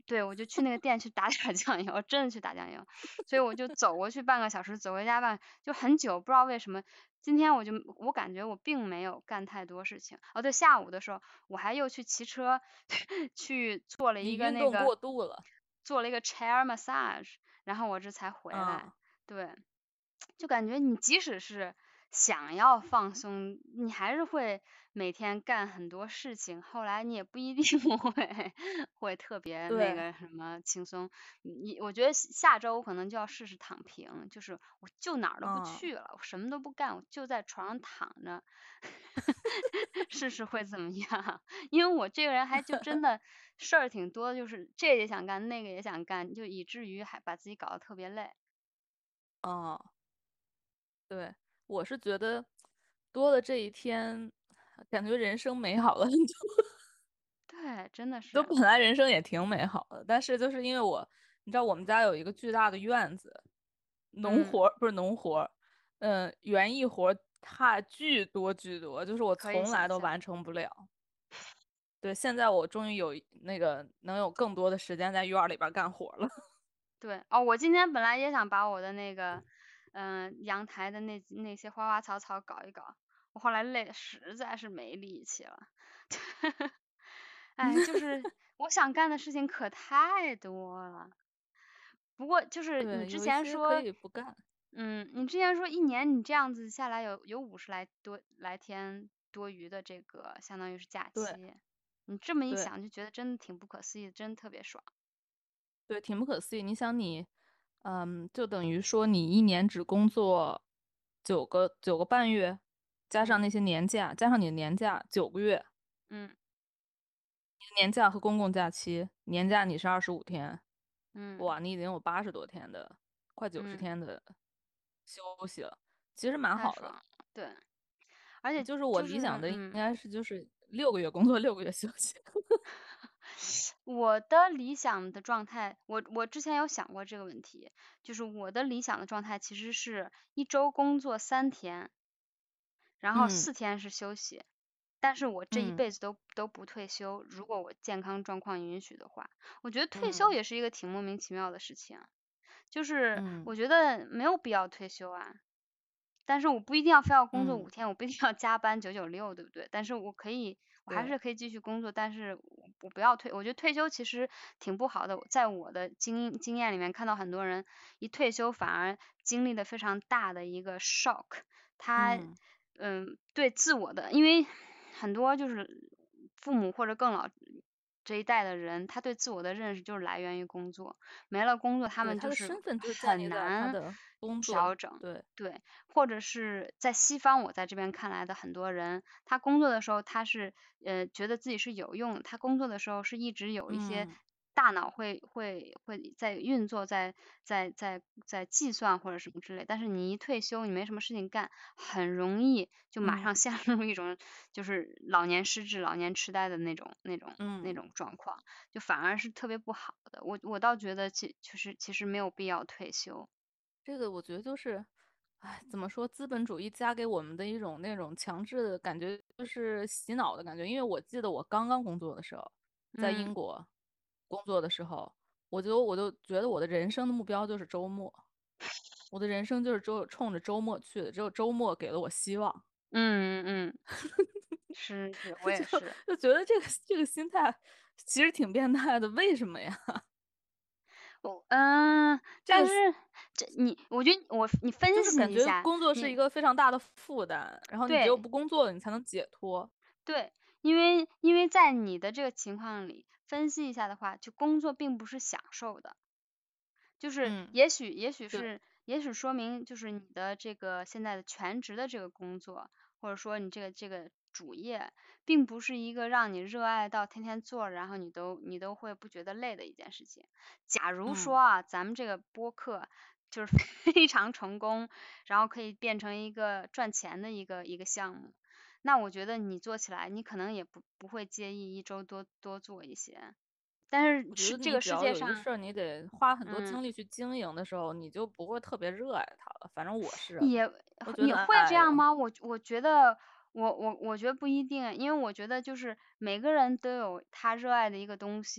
对，我就去那个店去打点酱油，真的去打酱油，所以我就走过去半个小时，走回家半就很久，不知道为什么。今天我就我感觉我并没有干太多事情。哦，对，下午的时候我还又去骑车去做了一你个那个运动过度了， 做了一个 chair massage，然后我这才回来。 嗯， 对，就感觉你即使是想要放松，你还是会每天干很多事情，后来你也不一定会会特别那对， 个什么轻松。你我觉得下周我可能就要试试躺平，就是我就哪儿都不嗯， 去了，我什么都不干，我就在床上躺着，试试会怎么样？因为我这个人还就真的事儿挺多的，就是这也想干，那个也想干，就以至于还把自己搞得特别累。 嗯，对，我是觉得多了这一天，感觉人生美好了很多。 对，真的就是。 本来人生也挺美好的，但是就是因为我，你知道我们家有一个巨大的院子，农嗯， 活儿不是农活儿，嗯，园艺活儿太巨多巨多，就是我可以从来想象。 都完成不了。对，现在我终于有一那个能有更多的时间在院儿里边儿干活了。 对，哦，我今天本来也想把我的那个，嗯、阳台的那那些花花草草搞一搞，我后来累得实在是没力气了。哎，就是我想干的事情可太多了。不过就是你对， 之有一些可前说， 以不干。 嗯，你之前说一年你这样子下来有有五十来多来天多余的这个相当于是假对期，你这么一对想就觉得真的挺不可思议的，真的特别爽。 对，挺不可思议。你想你，嗯，就等于说你一年只工作九个九个半月，加上嗯那些年假，加上你的年假九个月， 嗯年假和公共假期，年假你是二十五天， 嗯哇，你已经有八十多天的，快九十嗯， 天的休息了，其实蛮好的。 太爽了。对。而且就是我就是理想的应嗯， 该是就是六个月工作，六个月休息。 我的理想的状态，我我之前有想过这个问题，就是我的理想的状态其实是一周工作三天，然后嗯四天是休息，但是我这一嗯辈子都都不退休，如果我健康状况允许的话，我觉得退休嗯也是一个挺莫名其妙的事情啊，就是嗯， 我觉得没有必要退休啊。但是我不一定要非要工作五嗯天，我不一定要加班九九六，对不对？但是我可以，我还对， 是可以继续工作，但是我我不要退。我觉得退休其实挺不好的，在我的经经验里面看到很多人一退休反而经历了非常大的一个 shock，他嗯嗯对自我的，因为很多就是父母或者更老这一代的人，他对自我的认识就是来源于工作，没了工作他对，他的们就是身份就是建立在他很难的工作， 调整。 对， 对，或者是在西方，我在这边看来的很多人，他工作的时候他是呃觉得自己是有用的，他工作的时候是一直有一些嗯大脑会会会在运作，在在在在计算或者什么之类。但是你一退休，你没什么事情干，很容易就马嗯上陷入一种就是老年失智、老年痴呆的那种那种那嗯。 种状况，就反而是特别不好的。我我倒觉得其就是其实没有必要退休。 这个我觉得就是，哎，怎么说，资本主义加给我们的一种那种强制的感觉，就是洗脑的感觉。因为我记得我刚刚工作的时候，在嗯。 英国工作的时候，我就我就觉得我的人生的目标就是周末，我的人生就是周冲着周末去的，只有周末给了我希望， 嗯嗯嗯，是是，我也就是。 就觉得这个这个心态其实挺变态的。为什么呀？ 我嗯， 这个但是这你，我觉得我你分就是感析一下， 觉工作是一你个非常大的负担，然后你只有对不工作了，你才能解脱。 对，因为因为在你的这个情况里分析一下的话，就工作并不是享受的，就是嗯， 也许也许对， 是也许说明就是你的这个现在的全职的这个工作，或者说你这个这个主业，并不是一个让你热爱到天天做，然后你都你都会不觉得累的一件事情。假如嗯。 说啊，咱们这个播客就是非常成功，然后可以变成一个赚钱的一个一个项目，那我觉得你做起来，你可能也不不会介意一周多多做一些。但是我觉得是这个你只要世界上， 有一个事儿，你得花很多嗯。 精力去经营的时候，你就不会特别热爱它了。反正我是啊， 也我觉得你会这哎呦， 样吗？我我觉得我我我觉得不一定，因为我觉得就是每个人都有他热爱的一个东西，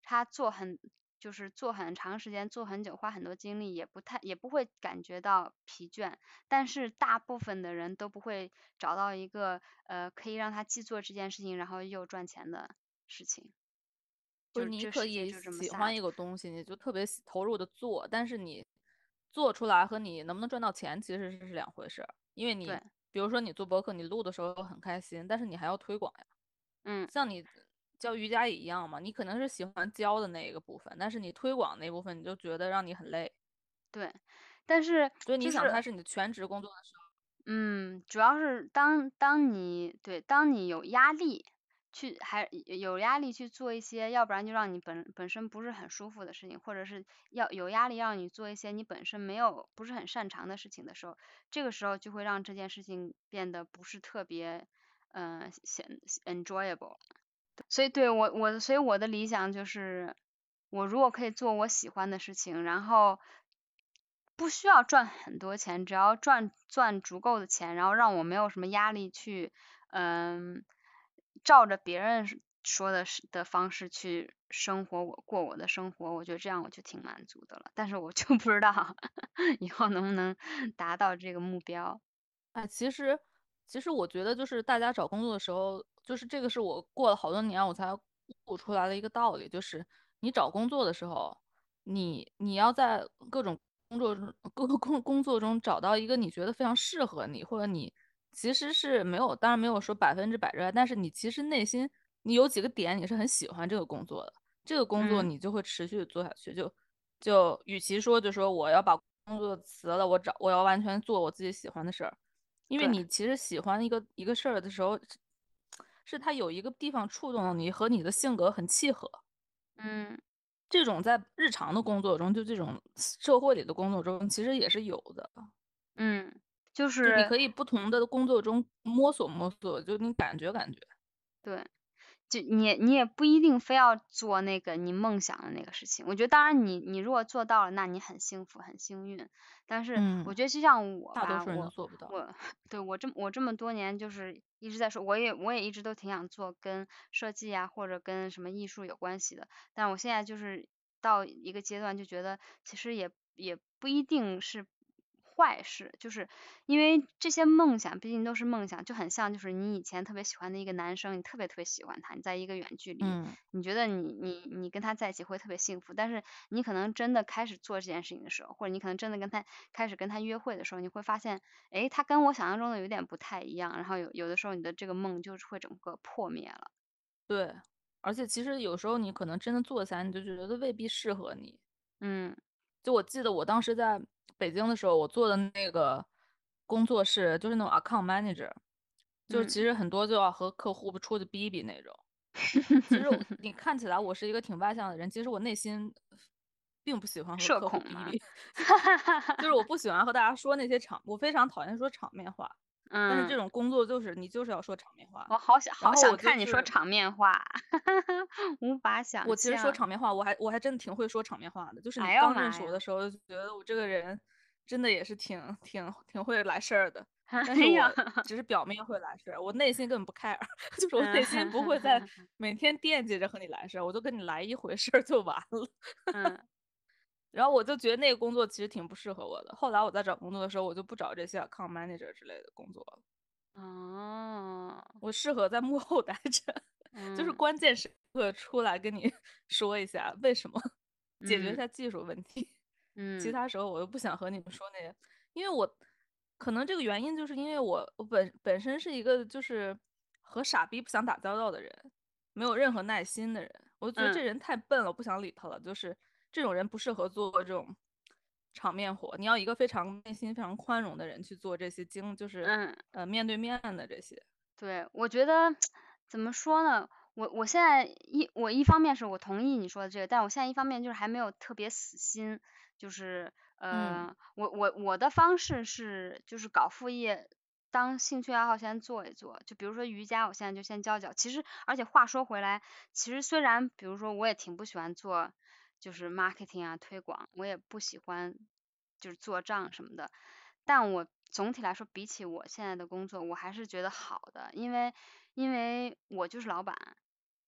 他做很就是做很长时间，做很久，花很多精力，也不太也不会感觉到疲倦。但是大部分的人都不会找到一个呃可以让他既做这件事情，然后又赚钱的事情。 就是就是你可以这世界就这么喜欢 sad。 一个东西，你就特别喜投入的做，但是你做出来和你能不能赚到钱其实是是两回事儿。因为你对， 比如说你做博客，你录的时候很开心，但是你还要推广呀。 嗯， 像你教瑜伽也一样嘛，你可能是喜欢教的那一个部分，但是你推广那部分你就觉得让你很累。 对，但是所以你想， 就是它是你的全职工作的时候， 嗯，主要是当当你对当你有压力去还有压力去做一些，要不然就让你本本身不是很舒服的事情，或者是要有压力让你做一些你本身没有不是很擅长的事情的时候，这个时候就会让这件事情变得不是特别嗯、呃、enjoyable。所以对我我所以我的理想就是，我如果可以做我喜欢的事情，然后不需要赚很多钱，只要赚赚足够的钱，然后让我没有什么压力去，嗯，照着别人说的是的方式去生活，我过我的生活，我觉得这样我就挺满足的了。但是我就不知道以后能不能达到这个目标。 哎，其实其实我觉得就是大家找工作的时候，就是这个是我过了好多年我才悟出来的一个道理，就是你找工作的时候，你你要在各种工作中各个工工作中找到一个你觉得非常适合你，或者你其实是没有，当然没有说百分之百热爱，但是你其实内心你有几个点你是很喜欢这个工作的，这个工作嗯， 你就会持续的做下去。就就与其说就说我要把工作辞了，我找我要完全做我自己喜欢的事儿。因为对， 你其实喜欢一个一个事儿的时候，是它有一个地方触动了你，和你的性格很契合。 嗯这种在日常的工作中，就这种社会里的工作中，其实也是有的。 嗯，就是就你可以不同的工作中摸索摸索，就你感觉感觉。 对。就你你也不一定非要做那个你梦想的那个事情。我觉得当然你你如果做到了，那你很幸福很幸运。但是我嗯， 觉得就像我吧， 大多数人都我做不到。 我对我这么我这么多年就是一直在说，我也我也一直都挺想做跟设计啊或者跟什么艺术有关系的。但是我现在就是到一个阶段就觉得其实也也不一定是坏事，就是因为这些梦想毕竟都是梦想，就很像就是你以前特别喜欢的一个男生，你特别特别喜欢他，你在一个远距离， 嗯， 你觉得你你你跟他在一起会特别幸福，但是你可能真的开始做这件事情的时候，或者你可能真的跟他开始跟他约会的时候，你会发现，诶，他跟我想象中的有点不太一样，然后有有的时候你的这个梦就是会整个破灭了。 对。而且其实有时候你可能真的做起来，你就觉得未必适合你。 嗯就我记得我当时在北京的时候，我做的那个工作室就是那种 account manager，就是嗯， 其实很多就要和客户出去逼逼那种。其实我你看起来我是一个挺外向的人，其实我内心并不喜欢和社客户恐嘛， 逼逼，就是我不喜欢和大家说那些场，我非常讨厌说场面话。但是这嗯。 种工作就是你就是要说场面话， 我好想好然后我想看你说就是场面话，无法想我其实说象。 场面话，我还我还真的挺会说场面话的。就是你哎呦刚认妈呀！ 识我的时候，就觉得我这个人真的也是挺挺挺会来事儿的。但是哎呀， 我只是表面会来事儿，我内心根本不 care，就是我内心不会再嗯每天惦记着和你来事儿，我就跟你来一回事儿就完了。 嗯然后我就觉得那个工作其实挺不适合我的。后来我在找工作的时候，我就不找这些 account manager 之类的工作了。 哦， 我适合在幕后待着，就是嗯关键时刻出来跟你说一下为什么，解决一嗯下技术问题。其嗯他时候我又不想和你们说那些，因为我可能这个原因就是因为我我本本身是一个就是和傻逼不想打交道的人，没有任何耐心的人。我就觉得嗯这人太笨了，不想理他了。就是这种人不适合做这种场面活，你要一个非常内心非常宽容的人去做这些经，就是嗯， 呃面对面的这些。 对，我觉得怎么说呢？我我现在一我一方面是我同意你说的这个，但我现在一方面就是还没有特别死心，就是嗯呃，我我我的方式是就是搞副业，当兴趣爱好先做一做，就比如说瑜伽，我现在就先教教。其实而且话说回来，其实虽然比如说我也挺不喜欢做就是 marketing 啊推广，我也不喜欢就是做账什么的，但我总体来说，比起我现在的工作，我还是觉得好的，因为因为我就是老板，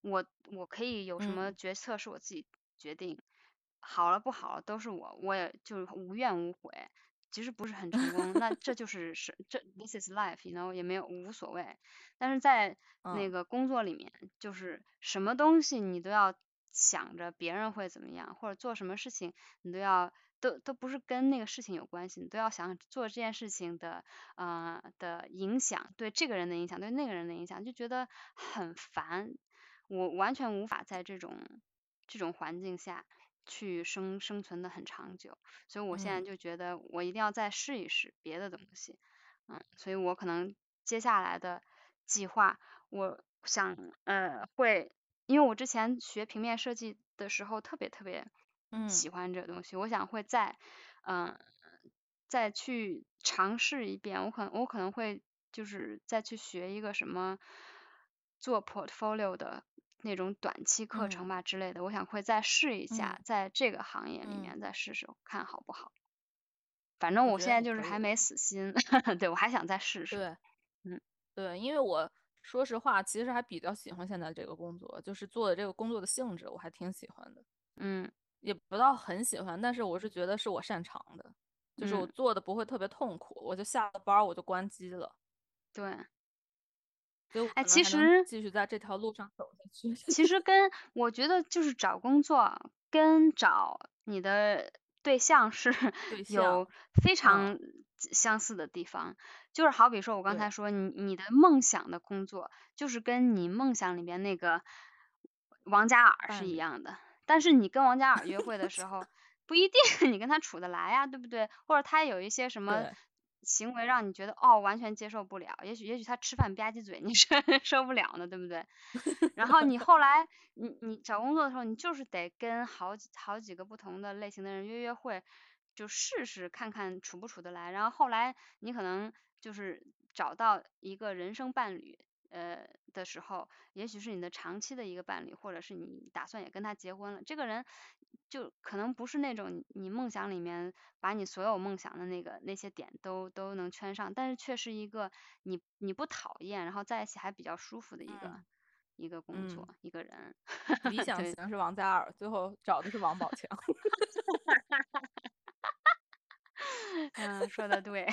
我我可以有什么嗯决策是我自己决定，好了不好了都是我，我也就无怨无悔。即使不是很成功，那这就是是这 this is life，you know，也没有无所谓。但是在那嗯个工作里面，就是什么东西你都要想着别人会怎么样，或者做什么事情你都要都都不是跟那个事情有关系，你都要想做这件事情的呃的影响，对这个人的影响，对那个人的影响，就觉得很烦。我完全无法在这种这种环境下去生生存的很长久，所以我现在嗯就觉得我一定要再试一试别的东西。嗯，所以我可能接下来的计划，我想呃会，因为我之前学平面设计的时候特别特别嗯喜欢这个东西，我想会再嗯、呃再去尝试一遍，我可能我可能会就是再去学一个什么做 portfolio 的那种短期课程嗯吧之类的，我想会再试一下， 嗯在这个行业里嗯， 面再试试，看好不好。反正我觉得我现在你可以的。 就是还没死心，对，我还想再试试。 对嗯对，因为我说实话，其实还比较喜欢现在这个工作，就是做的这个工作的性质，我还挺喜欢的。 嗯也不到很喜欢，但是我是觉得是我擅长的，就是我嗯， 做的不会特别痛苦，我就下了班儿我就关机了， 对。 所以我哎， 可能还能其实继续在这条路上走下去。 其实跟我觉得就是找工作跟找你的对象是对象， 有非嗯， 常相似的地方，就是好比说我刚才对， 说你你的梦想的工作，就是跟你梦想里边那个王嘉尔是伴侣， 一样的，但是你跟王嘉尔约会的时候，不一定你跟他处得来呀，对不对？或者他有一些什么对， 行为让你觉得哦完全接受不了，也许也许他吃饭吧唧嘴，你是受不了呢，对不对？然后你后来你你找工作的时候，你就是得跟好几好几个不同的类型的人约约会，就试试看看处不处得来。然后后来你可能就是找到一个人生伴侣，呃的时候，也许是你的长期的一个伴侣，或者是你打算也跟他结婚了，这个人就可能不是那种你梦想里面把你所有梦想的那个那些点都都能圈上，但是却是一个你你不讨厌，然后在一起还比较舒服的一个嗯一个工作， 嗯， 一个人。 理想对， 型是王嘉尔，最后找的是王宝强， 嗯，说的对。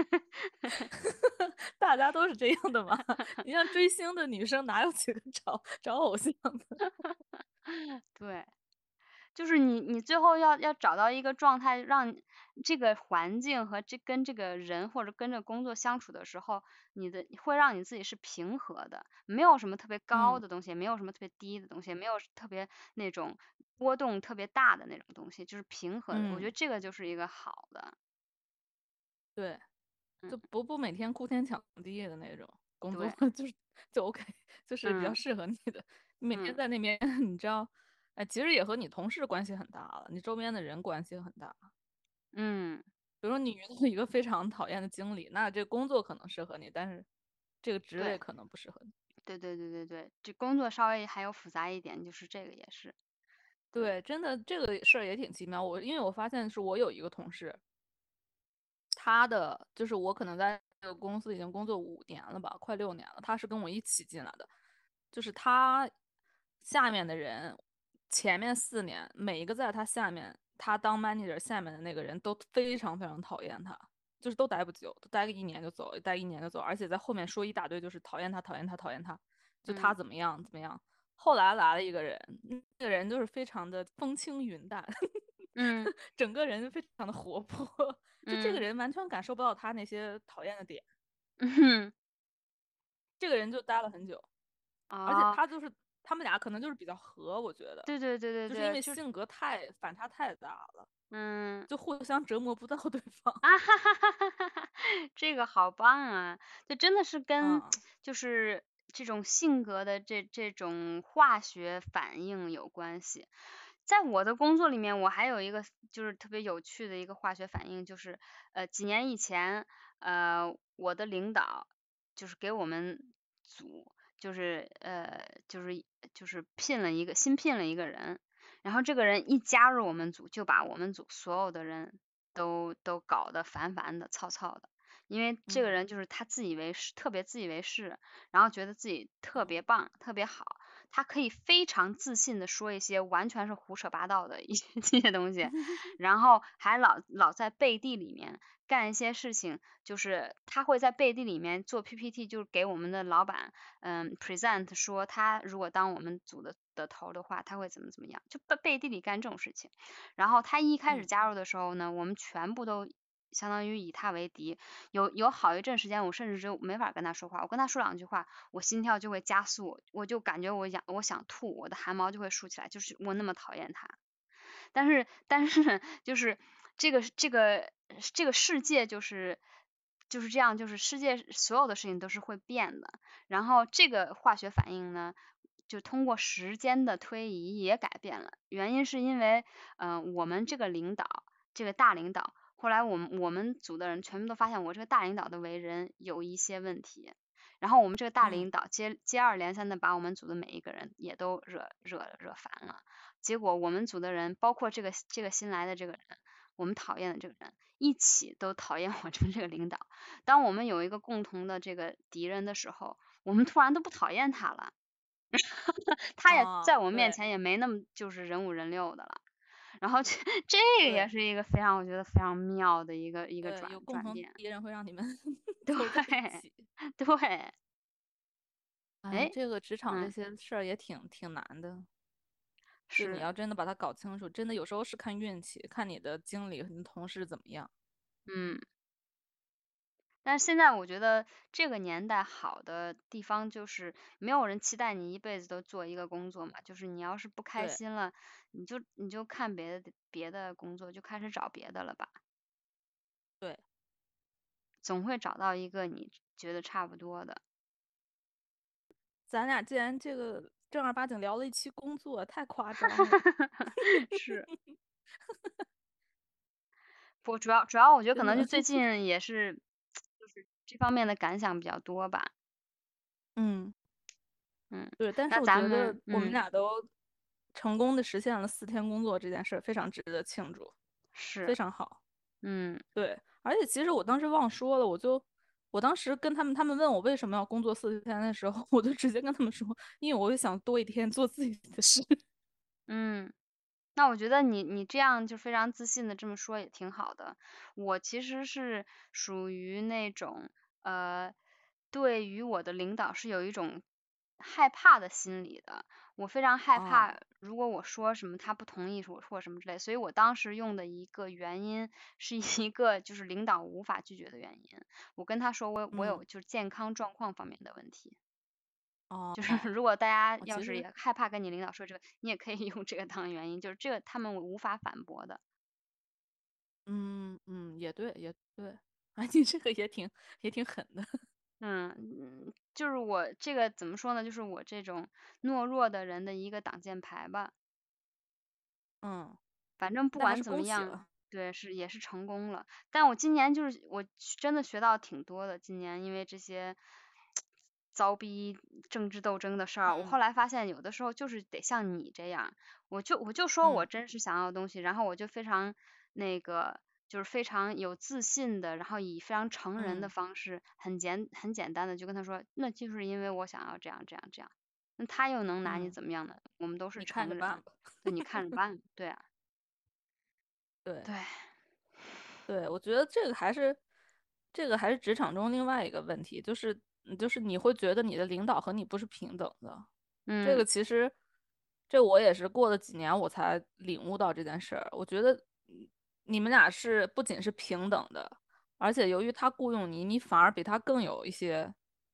大家都是这样的嘛。你像追星的女生，哪有几个找找偶像的？ 对，就是你你最后要要找到一个状态，让这个环境和这跟这个人或者跟这个工作相处的时候，你的会让你自己是平和的，没有什么特别高嗯的东西，也没有什么特别低的东西，也没有特别那种波动特别大的那种东西，就是平和的。我觉得嗯， 这个就是一个好的。 对。 嗯， 就不不每天哭天抢地的那种工作， 对， 就是就 OK，就是比较嗯适合你的。你每天嗯在那边，你知道，哎，其实也和你同事关系很大了，你周边的人关系很大。 嗯， 比如说你遇到一个非常讨厌的经理，那这个工作可能适合你，但是这个职位对。 可能不适合你。 对对对对对，这工作稍微还有复杂一点，就是这个也是。对， 对，真的这个事儿也挺奇妙。我因为我发现是我有一个同事，他的就是我可能在这个公司已经工作五年了吧，快六年了。他是跟我一起进来的，就是他下面的人，前面四年每一个在他下面，他当 manager 下面的那个人都非常非常讨厌他，就是都待不久，都待个一年就走，待一年就走，而且在后面说一大堆，就是讨厌他，讨厌他，讨厌他，就他嗯怎么样怎么样。后来来了一个人，那个人就是非常的风轻云淡， 嗯整个人非常的活泼，就这个嗯人完全感受不到他那些讨厌的点， 嗯， 这个人就待了很久，而且哦， 他就是他们俩可能就是比较合，我觉得， 对对对对就是因对，就为性格太反差太大了， 嗯就互相折磨不到对方。 啊哈哈哈哈哈哈，这个好棒啊！就真的是跟嗯就是这种性格的这这种化学反应有关系。在我的工作里面，我还有一个就是特别有趣的一个化学反应，就是呃几年以前，呃我的领导就是给我们组就是呃就是就是聘了一个新聘了一个人，然后这个人一加入我们组，就把我们组所有的人都都搞得烦烦的、操操的。因为这个嗯人就是他自以为是，特别自以为是，然后觉得自己特别嗯棒、特别好， 他可以非常自信的说一些完全是胡扯八道的一些这些东西，然后还老老在背地里面干一些事情，就是他会在背地里面做 P P T， 就是给我们的老板嗯 present 说他如果当我们组的的头的话，他会怎么怎么样，就背背地里干这种事情。然后他一开始加入的时候呢，我们全部都相当于以他为敌，有有好一阵时间，我甚至就没法跟他说话，我跟他说两句话，我心跳就会加速，我就感觉我想我想吐，我的汗毛就会竖起来，就是我那么讨厌他。但是但是就是这个这个这个世界就是就是这样，就是世界所有的事情都是会变的，然后这个化学反应呢，就通过时间的推移也改变了，原因是因为嗯、呃、我们这个领导这个大领导，后来我们我们组的人全部都发现我这个大领导的为人有一些问题，然后我们这个大领导接接二连三的把我们组的每一个人也都惹惹惹烦了，结果我们组的人包括这个这个新来的这个人，我们讨厌的这个人一起都讨厌我们这个领导，当我们有一个共同的这个敌人的时候，我们突然都不讨厌他了他也在我们面前也没那么就是人五人六的了，然后这这个也是一个非常我觉得非常妙的一个一个转有共同敌人会让你们对对。 哎，这个职场这嗯、 些事儿也挺挺难的， 是你要真的把它搞清楚，真的有时候是看运气，看你的经理和你同事怎么样。 嗯。但是现在我觉得这个年代好的地方就是没有人期待你一辈子都做一个工作嘛，就是你要是不开心了，你就你就看别的别的工作，就开始找别的了吧。 对， 总会找到一个你觉得差不多的。 咱俩既然这个正儿八经聊了一期工作，太夸张了。 是。不，主要主要我觉得可能就最近也是，就是这方面的感想比较多吧。 嗯嗯， 对，但是我觉得我们俩都成功的实现了四天工作这件事，非常值得庆祝， 是非常好。 嗯， 对，而且其实我当时忘说了，我就我当时跟他们，他们问我为什么要工作四天的时候，我就直接跟他们说，因为我就想多一天做自己的事。 嗯。那我觉得你你这样就非常自信的这么说也挺好的。我其实是属于那种呃，对于我的领导是有一种害怕的心理的。我非常害怕，如果我说什么他不同意，我说什么之类，所以我当时用的一个原因是一个就是领导无法拒绝的原因。我跟他说我我有就是健康状况方面的问题。 哦， 就是如果大家要是也害怕跟你领导说这个，你也可以用这个当原因，就是这个他们无法反驳的。 嗯嗯，也对也对，啊，你这个也挺也挺狠的。 嗯嗯，就是我这个怎么说呢？就是我这种懦弱的人的一个挡箭牌吧。 嗯， 反正不管怎么样，对，是也是成功了。但我今年就是我真的学到挺多的，今年因为这些遭逼政治斗争的事儿，我后来发现有的时候就是得像你这样，我就我就说我真实想要的东西，然后我就非常那个就是非常有自信的，然后以非常成人的方式，很简很简单的就跟他说，那就是因为我想要这样这样这样，那他又能拿你怎么样呢？我们都是成人，对，你看着办，对啊。 对对， 对，我觉得这个还是这个还是职场中另外一个问题，就是就是你会觉得你的领导和你不是平等的。 嗯， 这个其实这我也是过了几年我才领悟到这件事儿。我觉得你们俩是不仅是平等的，而且由于他雇佣你，你反而比他更有一些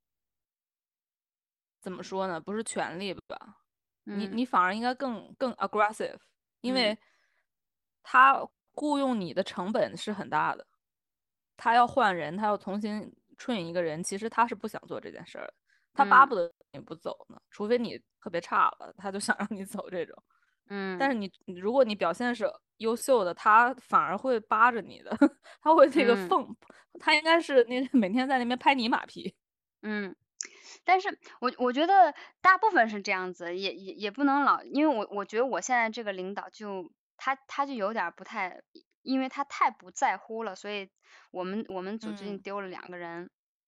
怎么说呢？不是权利吧？你嗯你反而应该更更 aggressive，因嗯为他雇佣你的成本是很大的。他要换人，他要重新 train 一个人，其实他是不想做这件事儿的，他巴嗯不得你不走呢，除非你特别差了，他就想让你走这种。但是嗯你如果你表现是优秀的，他反而会扒着你的，他会那个嗯缝，他应该是那每天在那边拍你马屁。 嗯，但是我我觉得大部分是这样子，也也也不能老，因为我我觉得我现在这个领导就他他就有点不太，因为他太不在乎了，所以我们我们组最近丢了两个人。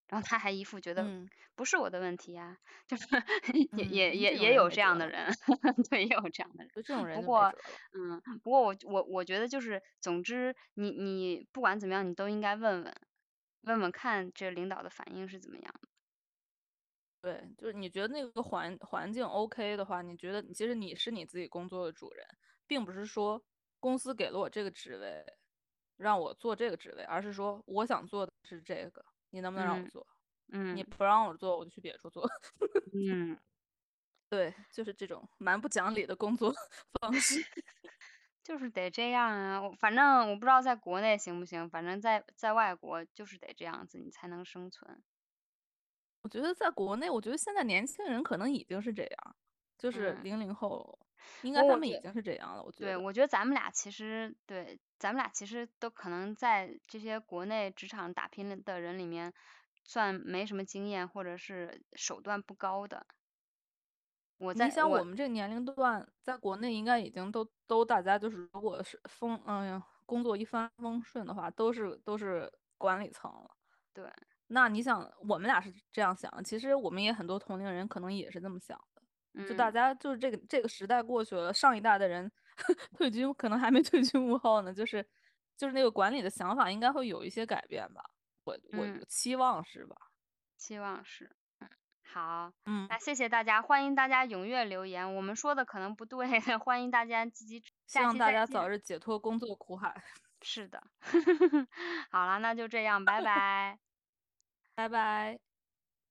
然后他还一副觉得嗯不是我的问题呀，就是也也嗯，这种也也有这人没辙了， 样的人，对，也有这样的人。 就这种人就没不过， 辙了。 嗯，不过我我我觉得就是，总之你你不管怎么样，你都应该问问，问问看这领导的反应是怎么样的。 对，就是你觉得那个环环境 OK 的话，你觉得其实你是你自己工作的主人，并不是说公司给了我这个职位，让我做这个职位，而是说我想做的是这个，你能不能让我嗯做？你嗯不让我做，我就去别处做。 嗯。 对，就是这种蛮不讲理的工作方式。 就是得这样啊，我反正我不知道在国内行不行，反正在在外国就是得这样子，你才能生存。 我觉得在国内，我觉得现在年轻人可能已经是这样，就是嗯， 零零后，应该不过我觉他们已经是这样了。我觉对， 得， 我觉得咱们俩其实对，咱们俩其实都可能在这些国内职场打拼的人里面，算没什么经验或者是手段不高的。我你想我在我们这个年龄段，在国内应该已经都都大家就是，如果是风，嗯、呀，工作一帆风顺的话，都是都是管理层了。 对， 那你想，我们俩是这样想，其实我们也很多同龄人可能也是这么想的。就大嗯家就是这个这个时代过去了，上一代的人退居可能还没退居幕后呢，就是就是那个管理的想法应该会有一些改变吧，我我嗯， 期望是吧？ 希望是。嗯，好， 嗯， 那谢谢大家，欢迎大家踊跃留言，我们说的可能不对，欢迎大家积极，下希望大期再见。 家早日解脱工作苦海， 是的，好了，那就这样，拜拜。 拜拜。